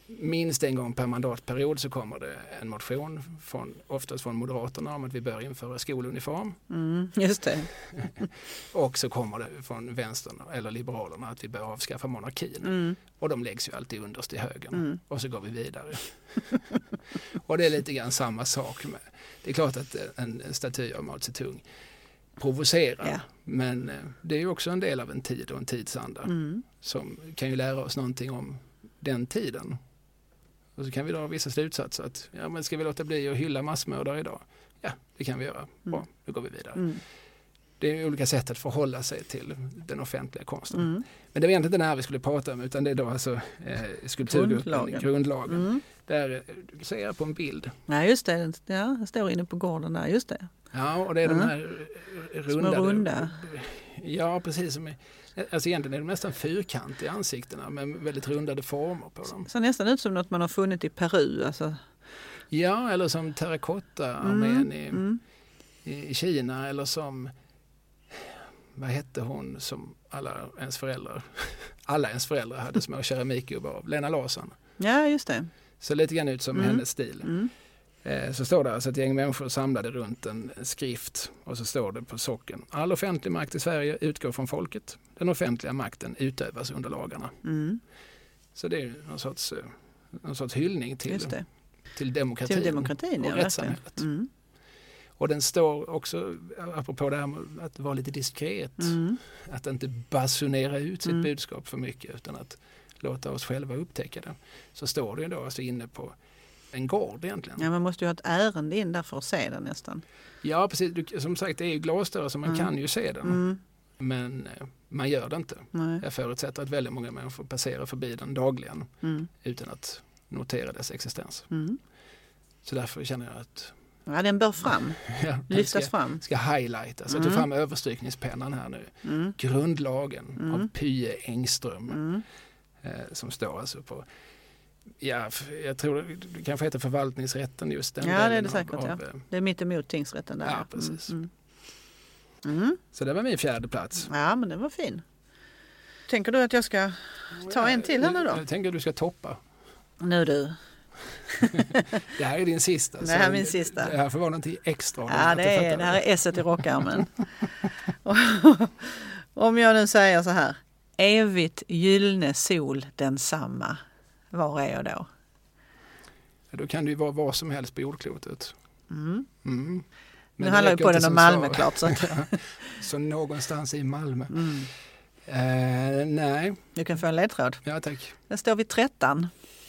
minst en gång per mandatperiod så kommer det en motion, från, oftast från Moderaterna, om att vi bör införa skoluniform. Mm, just det. Och så kommer det från vänstern eller liberalerna att vi bör avskaffa monarkin. Mm. Och de läggs ju alltid underst i högen. Mm. Och så går vi vidare. Och det är lite grann samma sak med. Det är klart att en staty av Mao Zedong provocerar. Ja. Men det är ju också en del av en tid och en tidsanda. Mm. Som kan ju lära oss någonting om den tiden. Och så kan vi dra vissa slutsatser. Att, ja, men ska vi låta bli att hylla massmördare idag? Ja, det kan vi göra. Bra, Mm. då går vi vidare. Mm. Det är olika sätt att förhålla sig till den offentliga konsten. Mm. Men det var egentligen inte den här vi skulle prata om, utan det är då alltså eh, skulpturgruppen, Grundlagen. grundlagen. Mm. Där du ser på en bild. Nej, just det. Ja, jag står inne på gården där, just det. Ja, och det är Mm. de här runda. runda. Ja, precis. Som är, alltså egentligen är de nästan fyrkantiga ansiktena med väldigt rundade former på dem. Så nästan ut som något man har funnit i Peru. Alltså. Ja, eller som terrakotta-armén Mm. i, Mm. i Kina, eller som, vad hette hon som alla ens föräldrar, alla ens föräldrar hade små keramikgubbar av, Lena Larsson. Ja, just det. Så lite grann ut som Mm. hennes stil. Mm. Eh, så står det alltså ett gäng människor samlade runt en skrift och så står det på socken: all offentlig makt i Sverige utgår från folket. Den offentliga makten utövas under lagarna. Mm. Så det är någon sorts, eh, någon sorts hyllning till, Just det. till demokratin, Till demokratin, och ja, rättssamhället. Mm. Och den står också, apropå det här med att vara lite diskret, Mm. att inte basunera ut sitt Mm. budskap för mycket utan att låta oss själva upptäcka det. Så står det ju då alltså inne på en gård egentligen. Ja, man måste ju ha ett ärende in där för att se den nästan. Ja, precis. Du, som sagt, det är ju glasdörrar så man Mm. kan ju se den. Mm. Men eh, man gör det inte. Nej. Jag förutsätter att väldigt många människor passerar förbi den dagligen Mm. utan att notera dess existens. Mm. Så därför känner jag att Ja, den bör fram. ja, Lyftas ska, fram. ska highlightas. Jag tar Mm. fram överstrykningspennan här nu. Mm. Grundlagen Mm. av Pye Engström Mm. eh, som står alltså på, ja, f- jag tror det kanske heter förvaltningsrätten just den Ja, det är delen det säkert, av, ja. av, eh, Det är mitt emot tingsrätten där. Ja, precis. Mm. Mm. Så det var min fjärde plats. Ja, men den var fin. Tänker du att jag ska ta en till här nu då? Jag tänker att du ska toppa. Nu du. Det här är din sista. Det här är så min sista. Det här får vara någonting extra. Ja, det, är, det här är esset i rockärmen. Om jag nu säger så här: evigt gyllene sol densamma. Var är jag då? Då kan det ju vara var som helst på jordklotet. Mm. Mm. Nu det handlar ju räcker på inte den om som Malmö svar. klart. Så att, Så någonstans i Malmö. mm. Eh, nej, Du kan få en ledtråd. ja tack. Den står vid tretton.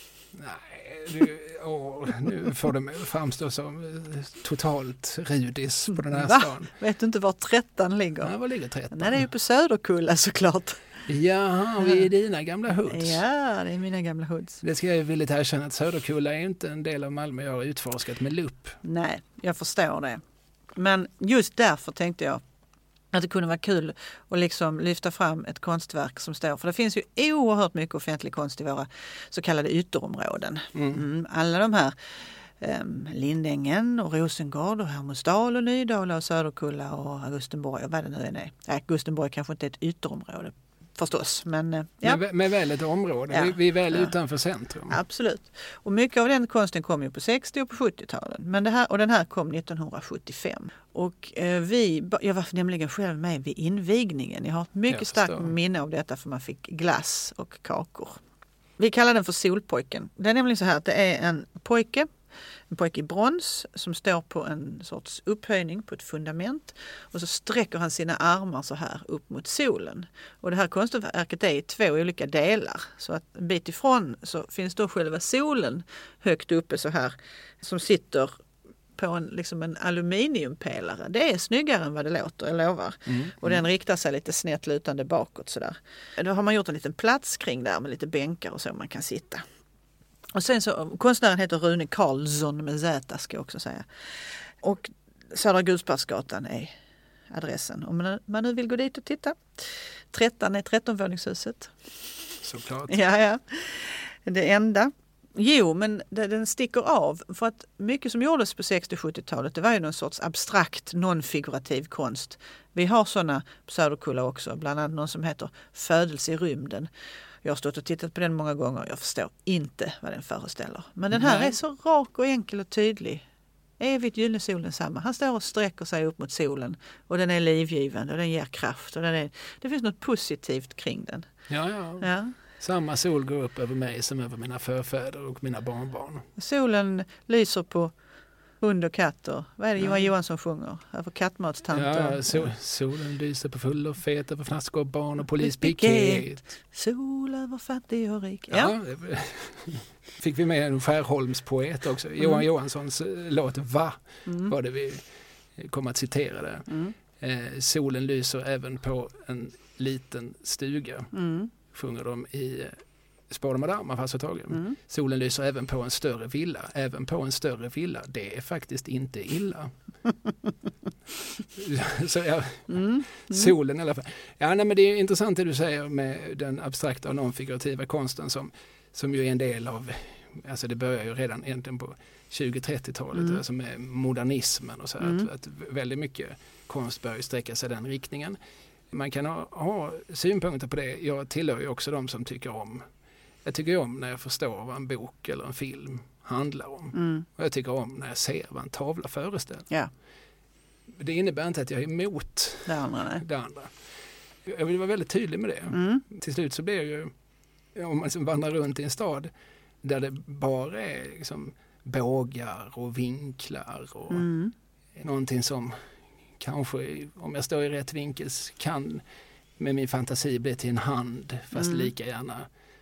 Nej, du, åh, nu får det framstå som eh, totalt rudis på den här Va? stan. Vet du inte var tretton ligger? Ja, var ligger tretton? Nej, det är ju på Söderkulla såklart. Jaha, vi är dina gamla hoods. Ja, det är mina gamla hoods. Det ska jag ju villigt erkänna att Söderkulla är inte en del av Malmö jag har utforskat med lupp. Nej, jag förstår det. Men just därför tänkte jag att det kunde vara kul att liksom lyfta fram ett konstverk som står. För det finns ju oerhört mycket offentlig konst i våra så kallade ytterområden. Mm. Mm, alla de här um, Lindängen och Rosengård och Hermodsdal och Nydala och Söderkulla och Augustenborg och vad det nu är. Nej, Augustenborg kanske inte är ett ytterområde förstås. Men, uh, ja. Men, men väl ett område. Ja. Vi, vi är väl Ja. utanför centrum. Absolut. Och mycket av den konsten kom ju på sextio- och på sjuttio-talen. Men det här, och den här kom nittonhundrasjuttiofem. Och eh, vi, jag var nämligen själv med vid invigningen. Jag har ett mycket Jag starkt förstår. minne av detta för man fick glass och kakor. Vi kallar den för Solpojken. Det är nämligen så här att det är en pojke, en pojke i brons som står på en sorts upphöjning på ett fundament och så sträcker han sina armar så här upp mot solen. Och det här konstverket är i två olika delar. Så att en bit ifrån så finns då själva solen högt uppe så här som sitter på en, liksom en aluminiumpelare. Det är snyggare än vad det låter, jag lovar. Mm. Och den riktar sig lite snett lutande bakåt sådär. Då har man gjort en liten plats kring där med lite bänkar och så man kan sitta. Och sen så, konstnären heter Rune Karlsson med Z ska jag också säga. Och Södra Gudsbergsgatan är adressen. Om man, man nu vill gå dit och titta. tretton är trettonvåningshuset. Såklart. Ja, ja. Det enda. Jo, men det, den sticker av. För att mycket som gjordes på sextio- och sjuttio-talet det var ju någon sorts abstrakt, non-figurativ konst. Vi har sådana på Söderkulla också. Bland annat någon som heter Födelse i rymden. Jag har stått och tittat på den många gånger. Jag förstår inte vad den föreställer. Men den här Nej. är så rak och enkel och tydlig. Evigt gyllene solen samma. Han står och sträcker sig upp mot solen. Och den är livgivande och den ger kraft. Och den är, det finns något positivt kring den. Ja, ja. Ja. Samma sol går upp över mig som över mina förfäder och mina barnbarn. Solen lyser på hund och katter. Vad är det Ja. Johan Johansson sjunger? Över kattmatstanter. Ja, sol, solen lyser på full och fet över flaskor och barn och polispiket. Sol över fattig och rik. Ja. Ja, det fick vi med en Skärholmspoet också. Mm. Johan Johanssons låt Va mm. var det vi kom att citera där. Mm. Eh, solen lyser även på en liten stuga. Mm. Sjunger de i Spår de Adama fast tagen. Mm. Solen lyser även på en större villa. Även på en större villa. Det är faktiskt inte illa. Så ja, mm. Mm. Solen i alla fall. Ja, nej, men det är intressant det du säger med den abstrakta och non-figurativa konsten som, som ju är en del av, alltså det börjar ju redan egentligen på tjugo-trettiotalet mm. alltså med modernismen och så här, mm. att, att väldigt mycket konst börjar sträcka sig den riktningen. Man kan ha, ha synpunkter på det. Jag tillhör ju också de som tycker om Jag tycker om när jag förstår vad en bok eller en film handlar om. Mm. Och jag tycker om när jag ser vad en tavla föreställer. Ja. Det innebär inte att jag är emot det andra. Nej. Det andra. Jag vill vara väldigt tydlig med det. Mm. Till slut så blir det ju, om man liksom vandrar runt i en stad där det bara är liksom bågar och vinklar och mm. någonting som kanske, om jag står i rätt vinkel, kan med min fantasi bli till en hand, fast mm. lika gärna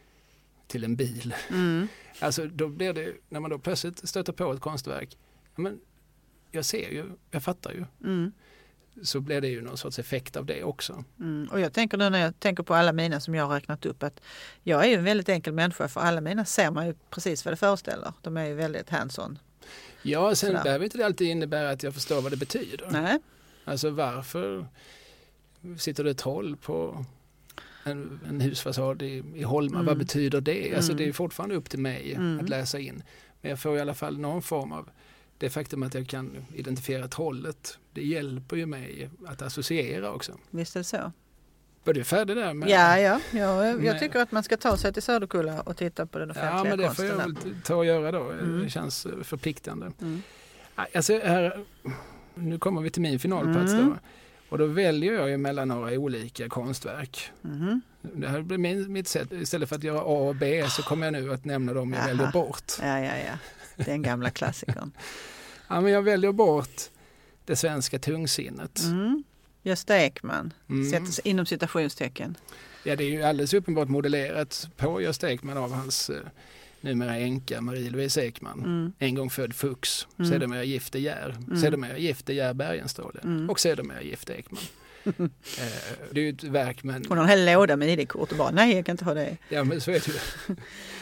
till en bil. Mm. Alltså då blir det, när man då plötsligt stöter på ett konstverk, men jag ser ju, jag fattar ju. Mm. Så blir det ju någon sorts effekt av det också. Mm. Och jag tänker nu när jag tänker på alla mina som jag har räknat upp att jag är ju en väldigt enkel människa, för alla mina ser man ju precis vad det föreställer. De är ju väldigt hands-on. Ja, sen Sådär. behöver inte det alltid innebära att jag förstår vad det betyder. Nej. Alltså varför sitter det troll på en, en husfasad i, i Holma? Mm. Vad betyder det? Mm. Alltså det är fortfarande upp till mig mm. att läsa in. Men jag får i alla fall någon form av det faktum att jag kan identifiera trollet. Det hjälper ju mig att associera också. Visst är det så. Var du färdig där? Med, ja, ja. ja jag med, tycker att man ska ta sig till Söderkulla och titta på den offentliga konsten. Ja, men det får jag väl ta och göra då. Mm. Det känns förpliktande. Mm. Alltså, här, nu kommer vi till min finalplats mm. då. Och då väljer jag ju mellan några olika konstverk. Mm. Det här blir min, mitt sätt. Istället för att göra A och B så kommer jag nu att nämna dem jag Aha. väljer bort. Ja, ja, ja. Den gamla klassikern. Ja, men jag väljer bort det svenska tungsinnet. Mm. Gösta Ekman, mm. inom citationstecken. Ja, det är ju alldeles uppenbart modellerat på Gösta Ekman av hans eh, numera änka Marie-Louise Ekman. Mm. En gång född Fuchs, mm. sedermera gifte Gär, mm. sedermera gifte Gär Bergenstråle mm. och sedermera gifte Ekman. eh, det är ju ett verk, men... Hon har en hel låda med I D-kort och bara, nej jag kan inte ha det. Ja, men så är det ju.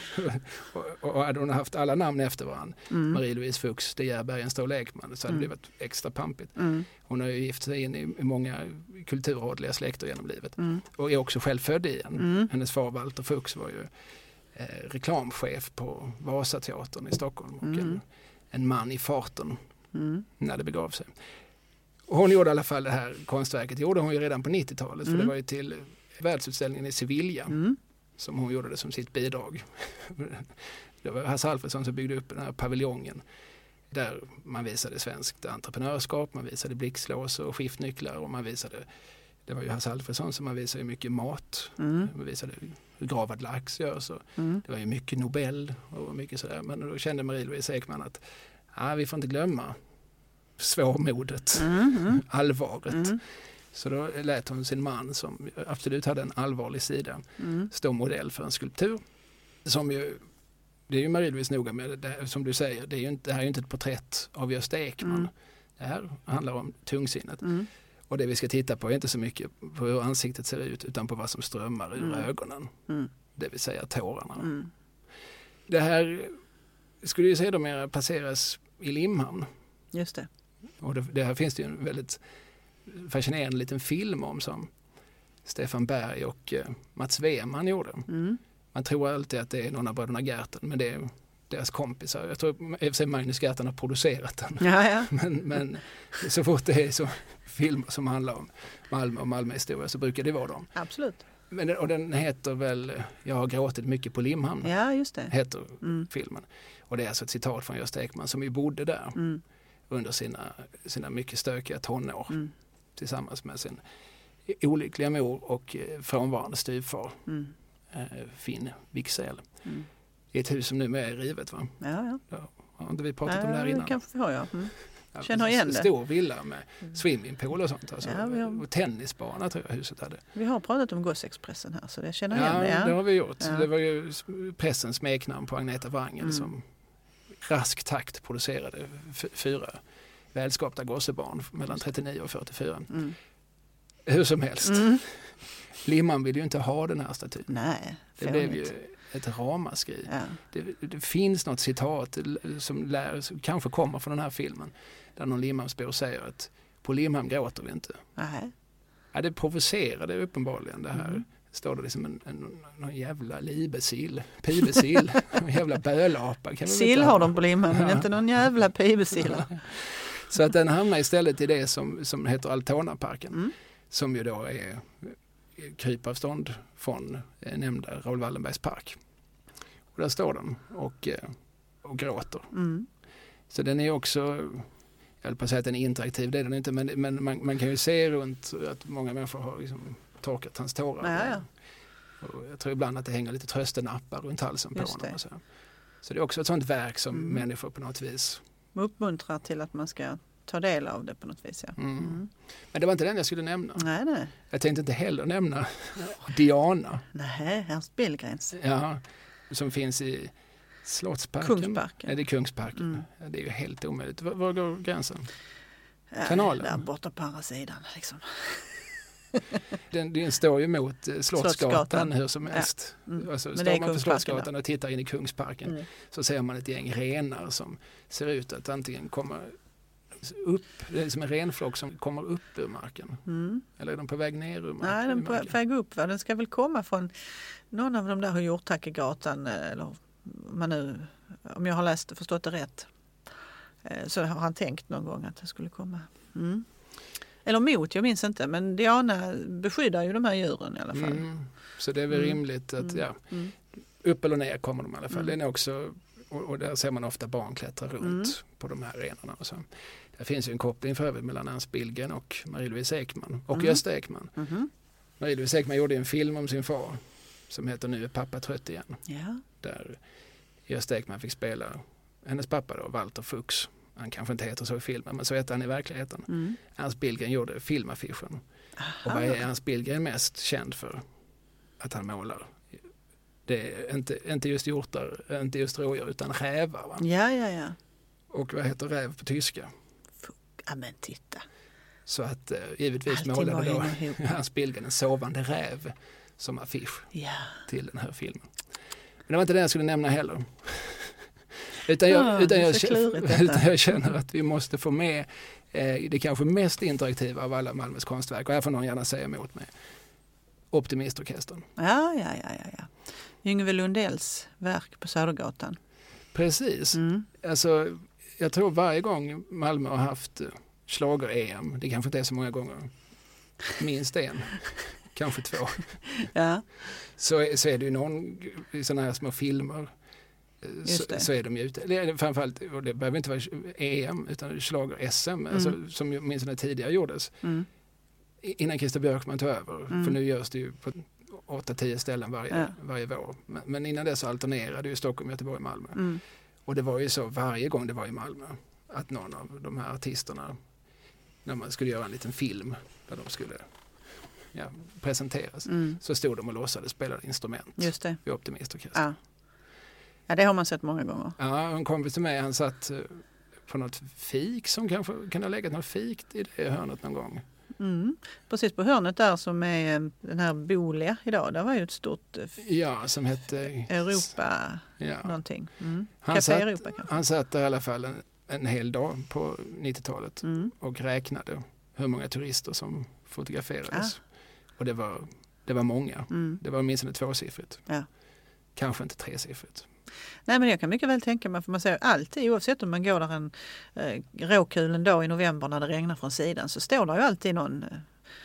och, och hade hon haft alla namn efter varandra, mm. Marie-Louise Fuchs, De Gär Bergenstråle Ekman, så hade mm. det blivit extra pampigt. Mm. Hon har ju gift sig in i, i många kulturadliga släkter genom livet. Mm. Och är också själv född i en. Mm. Hennes far Walter Fuchs var ju eh, reklamchef på Vasateatern i Stockholm och mm. en, en man i farten mm. när det begav sig. Och hon gjorde i alla fall det här konstverket. Det gjorde hon ju redan på nittiotalet mm. för det var ju till världsutställningen i Sevilla mm. som hon gjorde det som sitt bidrag. Det var Hasse Alfredson som byggde upp den här paviljongen där man visade svenskt entreprenörskap, man visade blixtlås och skiftnycklar och man visade, det var ju Hasse Alfredson som man visade mycket mat, mm. man visade hur gravad lax görs och mm. det var ju mycket Nobel och mycket sådär, men då kände Marie-Louise Ekman att ah, vi får inte glömma svårmodet, mm. allvaret. Mm. Så då lät hon sin man, som absolut hade en allvarlig sida, mm. stå modell för en skulptur. Som ju, det är ju Marie-Louise noga med, det, som du säger, det, är ju inte, det här är ju inte ett porträtt av Gösta Ekman. Mm. Det här handlar om tungsinnet. Mm. Och det vi ska titta på är inte så mycket på hur ansiktet ser ut, utan på vad som strömmar ur mm. ögonen. Mm. Det vill säga tårarna. Mm. Det här skulle ju sedermera passeras i Limhamn. Just det. Och det, det här finns det ju en väldigt fascinerande liten film om som Stefan Berg och uh, Mats Weman gjorde. Mm. Man tror alltid att det är någon av bröderna Gerten, men det är deras kompisar. Jag tror att Magnus Gerten har producerat den. Ja, ja. men, men så fort det är så filmer som handlar om Malmö och Malmö historia så brukar det vara dem. Absolut. Men, och den heter väl Jag har gråtit mycket på Limhamn. Ja, just det. Heter mm. filmen. Och det är alltså ett citat från Gösta Ekman som ju bodde där mm. under sina, sina mycket stökiga tonår. Mm. Tillsammans med sin olyckliga mor och frånvarande styvfar. Mm. Eh, Finn Wicksell. Mm. I ett hus som nu är rivet, va? Ja, ja. Ja, har inte vi pratat ja, om det här innan? Kanske vi har, ja. Mm. Ja, Känner igen det. Stor villa med swimmingpool och sånt. Alltså. Ja, vi har... Och tennisbana tror jag huset hade. Vi har pratat om Gossexpressen här, så det känner igen Ja, det. Ja, det har vi gjort. Ja. Det var ju pressens smeknamn på Agneta Wrangel Mm. som rask takt producerade f- fyra välskapta gossebarn mellan trettionio och fyrtiofyra. Mm. Hur som helst. Mm. Limhamn vill ju inte ha den här statyn. Nej, Det blev ju ett ramaskri. Ja. Det, det finns något citat som lär, som kanske kommer från den här filmen där någon Limhamnsbo säger att på Limhamn gråter vi inte. Nej. Ja, det provocerade uppenbarligen det här. Mm. Står det liksom en, en, någon jävla libesil, pibesil, en jävla bölapa. Kan vi Sill har de på Limhamn, men inte någon jävla pibesil. Så att den hamnar istället i det som, som heter Altonaparken. Mm. Som ju då är krypavstånd från eh, nämnda Raoul Wallenbergs park. Och där står den och, eh, och gråter. Mm. Så den är också, jag höll på att säga att den är interaktiv, det är den inte, men, men man, man kan ju se runt att många människor har liksom torkat hans tårar. Ja, ja. Och jag tror ibland att det hänger lite tröstenappar runt halsen på Just honom. det. Och så. så det är också ett sånt verk som Mm. människor på något vis. Uppmuntrar till att man ska ta del av det på något vis. Ja. Mm. Mm. Men det var inte den jag skulle nämna. Nej, nej. Jag tänkte inte heller nämna Diana. Nej, Ernst Billgrens. Ja, som finns i Slottsparken. Kungsparken. Ja, det är Kungsparken. Mm. Ja, det är ju helt omöjligt. Var, var går gränsen? Ja, Kanalen. där borta på andra sidan. Liksom. Den, den står ju mot eh, Slottsgatan, Slottsgatan. hur som helst. Ja. Mm. Alltså, Men står det är man på Kungsparken Slottsgatan där. och tittar in i Kungsparken Mm. så ser man ett gäng renar som ser ut att antingen komma upp, det är som en renflock som kommer upp ur marken. Mm. Eller är de på väg ner ur marken? Nej, den är på marken? väg upp. Va? Den ska väl komma från någon av de där Hjorthackegatan, eller om man nu, om jag har läst och förstått det rätt, eh, så har han tänkt någon gång att det skulle komma. Mm. Eller mot, jag minns inte, men Diana beskyddar ju de här djuren i alla fall. Mm. Så det är väl Mm. rimligt att Mm. ja, Mm. upp eller ner kommer de i alla fall. Mm. Den är också, och, och där ser man ofta barn klättra runt Mm. på de här renarna. Och så. Det finns ju en koppling för övrigt mellan Ernst Billgren och Marie-Louise Ekman och Mm. Gösta Ekman. Mhm. Marie-Louise Ekman gjorde en film om sin far som heter Nu är pappa trött igen. Ja. Där Gösta Ekman fick spela hennes pappa då, Walter Fuchs. Han kanske inte heter så i filmen, men så heter han i verkligheten. Mm. Ernst Billgren gjorde filmaffischen. Och vad är Ernst Billgren mest känd för? Att han målar. Det är inte, inte just hjortar, inte just rådjur, utan rävar. Va? Ja, ja, ja. Och vad heter räv på tyska? Ja, men titta. Så att eh, givetvis Allting målade var då ihop. Ernst Billgren en sovande räv som affisch Ja. till den här filmen. Men det var inte det jag skulle nämna heller. Utan jag, Ja, utan, det är jag, så klurigt detta. utan jag känner att vi måste få med eh, det kanske mest interaktiva av alla Malmös konstverk. Och här får någon gärna säga emot mig. Optimistorkestern. Ja, ja, ja, ja, ja. Yngve Lundells verk på Södergatan. Precis. Mm. Alltså, jag tror varje gång Malmö har haft schlager-E M, det kanske inte är så många gånger, minst en, kanske två, Ja, så, är- så är det ju någon i sådana här små filmer. Just Så, det. så är de ju ute. Eller framförallt, och det behöver inte vara E M utan schlager-S M, Mm. alltså, som ju minst när tidigare gjordes. mm. I- Innan Christer Björkman tog över. Mm. För nu görs det ju på åtta tio ställen varje, Ja. varje vår. Men, men innan dess alternerade ju Stockholm, Göteborg och Malmö. Mm. Och det var ju så varje gång det var i Malmö att någon av de här artisterna, när man skulle göra en liten film där de skulle ja, presenteras, Mm. så stod de och låtsades spela instrument Just det. vid Optimistorkestern. Ja. Ja, det har man sett många gånger. Ja, en kompis till mig, han satt eh, på något fik som kanske kan ha legat något fik i det hörnet någon gång. Mm. Precis på hörnet där som är eh, den här Bolia idag, där var ju ett stort eh, f- Ja, som hette... Europa Ja. någonting. Mm. Han Café satt- Europa kanske. Han satt där i alla fall en, en hel dag på nittiotalet Mm. och räknade hur många turister som fotograferades. Ah. Och det var, det var många. Mm. Det var åtminstone tvåsiffrigt. Ja. Kanske inte tresiffrigt. Nej, men jag kan mycket väl tänka mig, för man säger alltid, oavsett om man går där en eh, råkulen dag i november när det regnar från sidan, så står där ju alltid någon eh,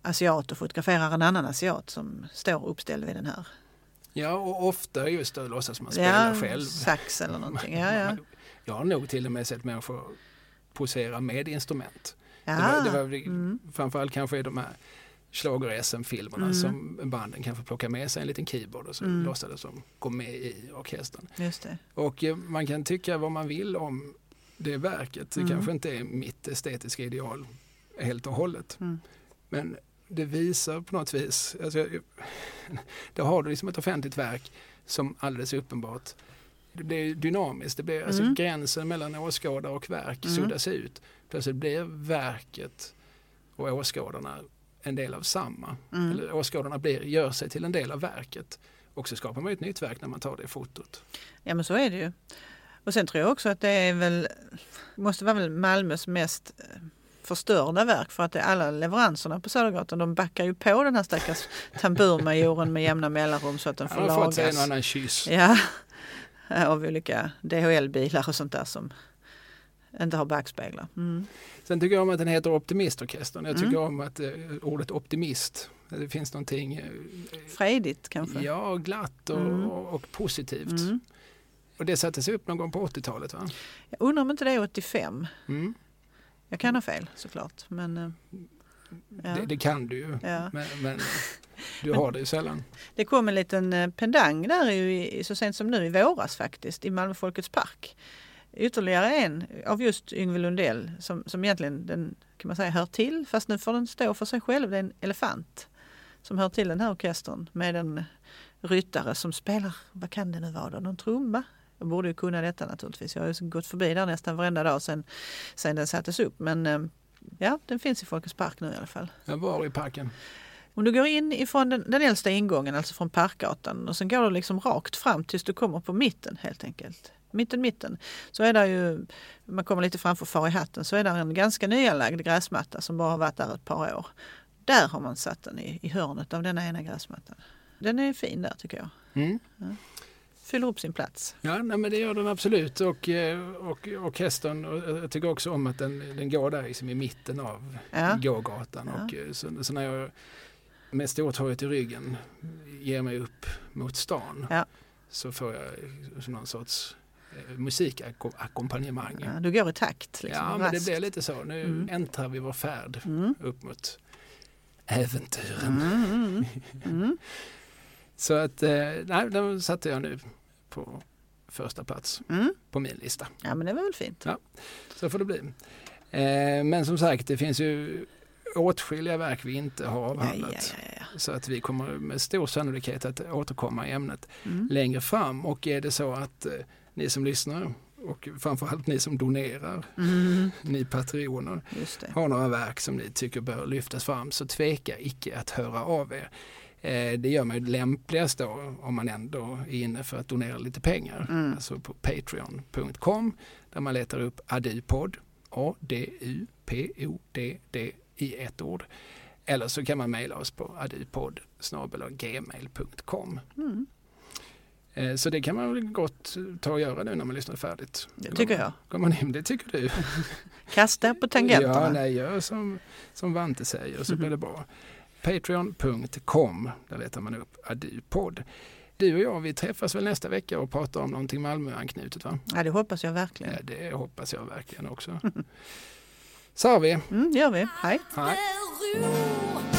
asiat och fotograferar en annan asiat som står uppställd vid den här. Ja, och ofta just då låtsas man spela ja, själv. Sax eller någonting. Ja, ja. Jag har nog till och med sett människor posera med instrument. Ja. Det var, det var mm. framförallt kanske i de här schlager-S M-filmerna mm. som banden kan få plocka med sig en liten keyboard och så mm. låtsades som går med i orkestern. Just det. Och eh, man kan tycka vad man vill om det verket. Det mm. kanske inte är mitt estetiska ideal helt och hållet. Mm. Men det visar på något vis, alltså, då har du liksom ett offentligt verk som alldeles uppenbart, det blir dynamiskt, det blir, mm. alltså, gränsen mellan åskådare och verk mm. suddas ut. Plötsligt blir verket och åskådarna en del av samma. Mm. Eller åskådarna blir, gör sig till en del av verket. Och så skapar man ett nytt verk när man tar det fotot. Ja, men så är det ju. Och sen tror jag också att det är väl, måste vara väl Malmös mest förstörda verk, för att det är alla leveranserna på Södergatan, de backar ju på den här stackars tamburmajoren med jämna mellanrum så att den får lagas. Han har fått sig en annan kyss. Ja, av olika D H L-bilar och sånt där som inte har backspeglar. Mm. Sen tycker jag om att den heter Optimistorkestern. Jag tycker mm. om att uh, ordet optimist, det finns någonting uh, frejdigt kanske. Ja, glatt och, mm. och, och positivt. Mm. Och det sattes upp någon gång på åttiotalet, va? Jag undrar om inte det är åttiofem. Mm. Jag kan ha fel såklart. Men, ja. det, det kan du ju, ja. men, men du har det ju sällan. Det kom en liten pendang där i, så sent som nu i våras faktiskt, i Malmö Folkets park. Ytterligare en av just Yngve Lundell som, som egentligen den, kan man säga, hör till, fast nu får den stå för sig själv. Det är en elefant som hör till den här orkestern med en ryttare som spelar, vad kan det nu vara då, någon trumma? Jag borde ju kunna detta naturligtvis. Jag har ju gått förbi där nästan varenda dag sedan, sedan den sattes upp. Men ja, den finns i Folkets park nu i alla fall. Jag var i parken. Om du går in ifrån den, den äldsta ingången, alltså från Parkgatan, och sen går du liksom rakt fram tills du kommer på mitten helt enkelt. Mitten, mitten. Så är det ju, man kommer lite framför far i hatten, så är det en ganska nyanlagd gräsmatta som bara har varit där ett par år. Där har man satt den i, i hörnet av denna ena gräsmattan. Den är fin där tycker jag. Mm. Ja. Fyller upp sin plats. Ja, nej, men det gör den absolut. Och, och orkestern, och jag tycker också om att den, den går där liksom i mitten av ja. gågatan. Ja. Och så, så när jag med stortorget i ryggen ger mig upp mot stan ja. så får jag någon sorts musikakkompanjemang. Ja, du går i takt. Liksom, ja, men det blir lite så. Nu mm. äntrar vi vår färd mm. upp mot äventyren. Mm, mm, mm. Så att, nej, den satte jag nu på första plats mm. på min lista. Ja, men det var väl fint. Ja, så får det bli. Eh, men som sagt, det finns ju åtskilliga verk vi inte har avhandlat. Ja, ja, ja, ja. Så att vi kommer med stor sannolikhet att återkomma i ämnet mm. längre fram. Och är det så att eh, ni som lyssnar och framförallt ni som donerar, mm. ni patrioner, har några verk som ni tycker bör lyftas fram, så tveka icke att höra av er. Det gör man ju lämpligast då om man ändå är inne för att donera lite pengar. Mm. Alltså på patreon punkt com där man letar upp Adupod, A D U P O D D i ett ord. Eller så kan man mejla oss på adupod snabel-a gmail punkt com. Mm. Så det kan man väl gott ta och göra nu när man lyssnar färdigt. Det tycker jag. Går man in, det tycker du. Kasta på tangenterna. Ja, nej, gör som, som Vante säger så mm. blir det bra. patreon punkt com, där letar man upp Adupod. Du och jag, vi träffas väl nästa vecka och pratar om någonting Malmö-anknutet, va? Ja, det hoppas jag verkligen. Ja, det hoppas jag verkligen också. Så har vi. Mm, det gör vi. Hej. Hej.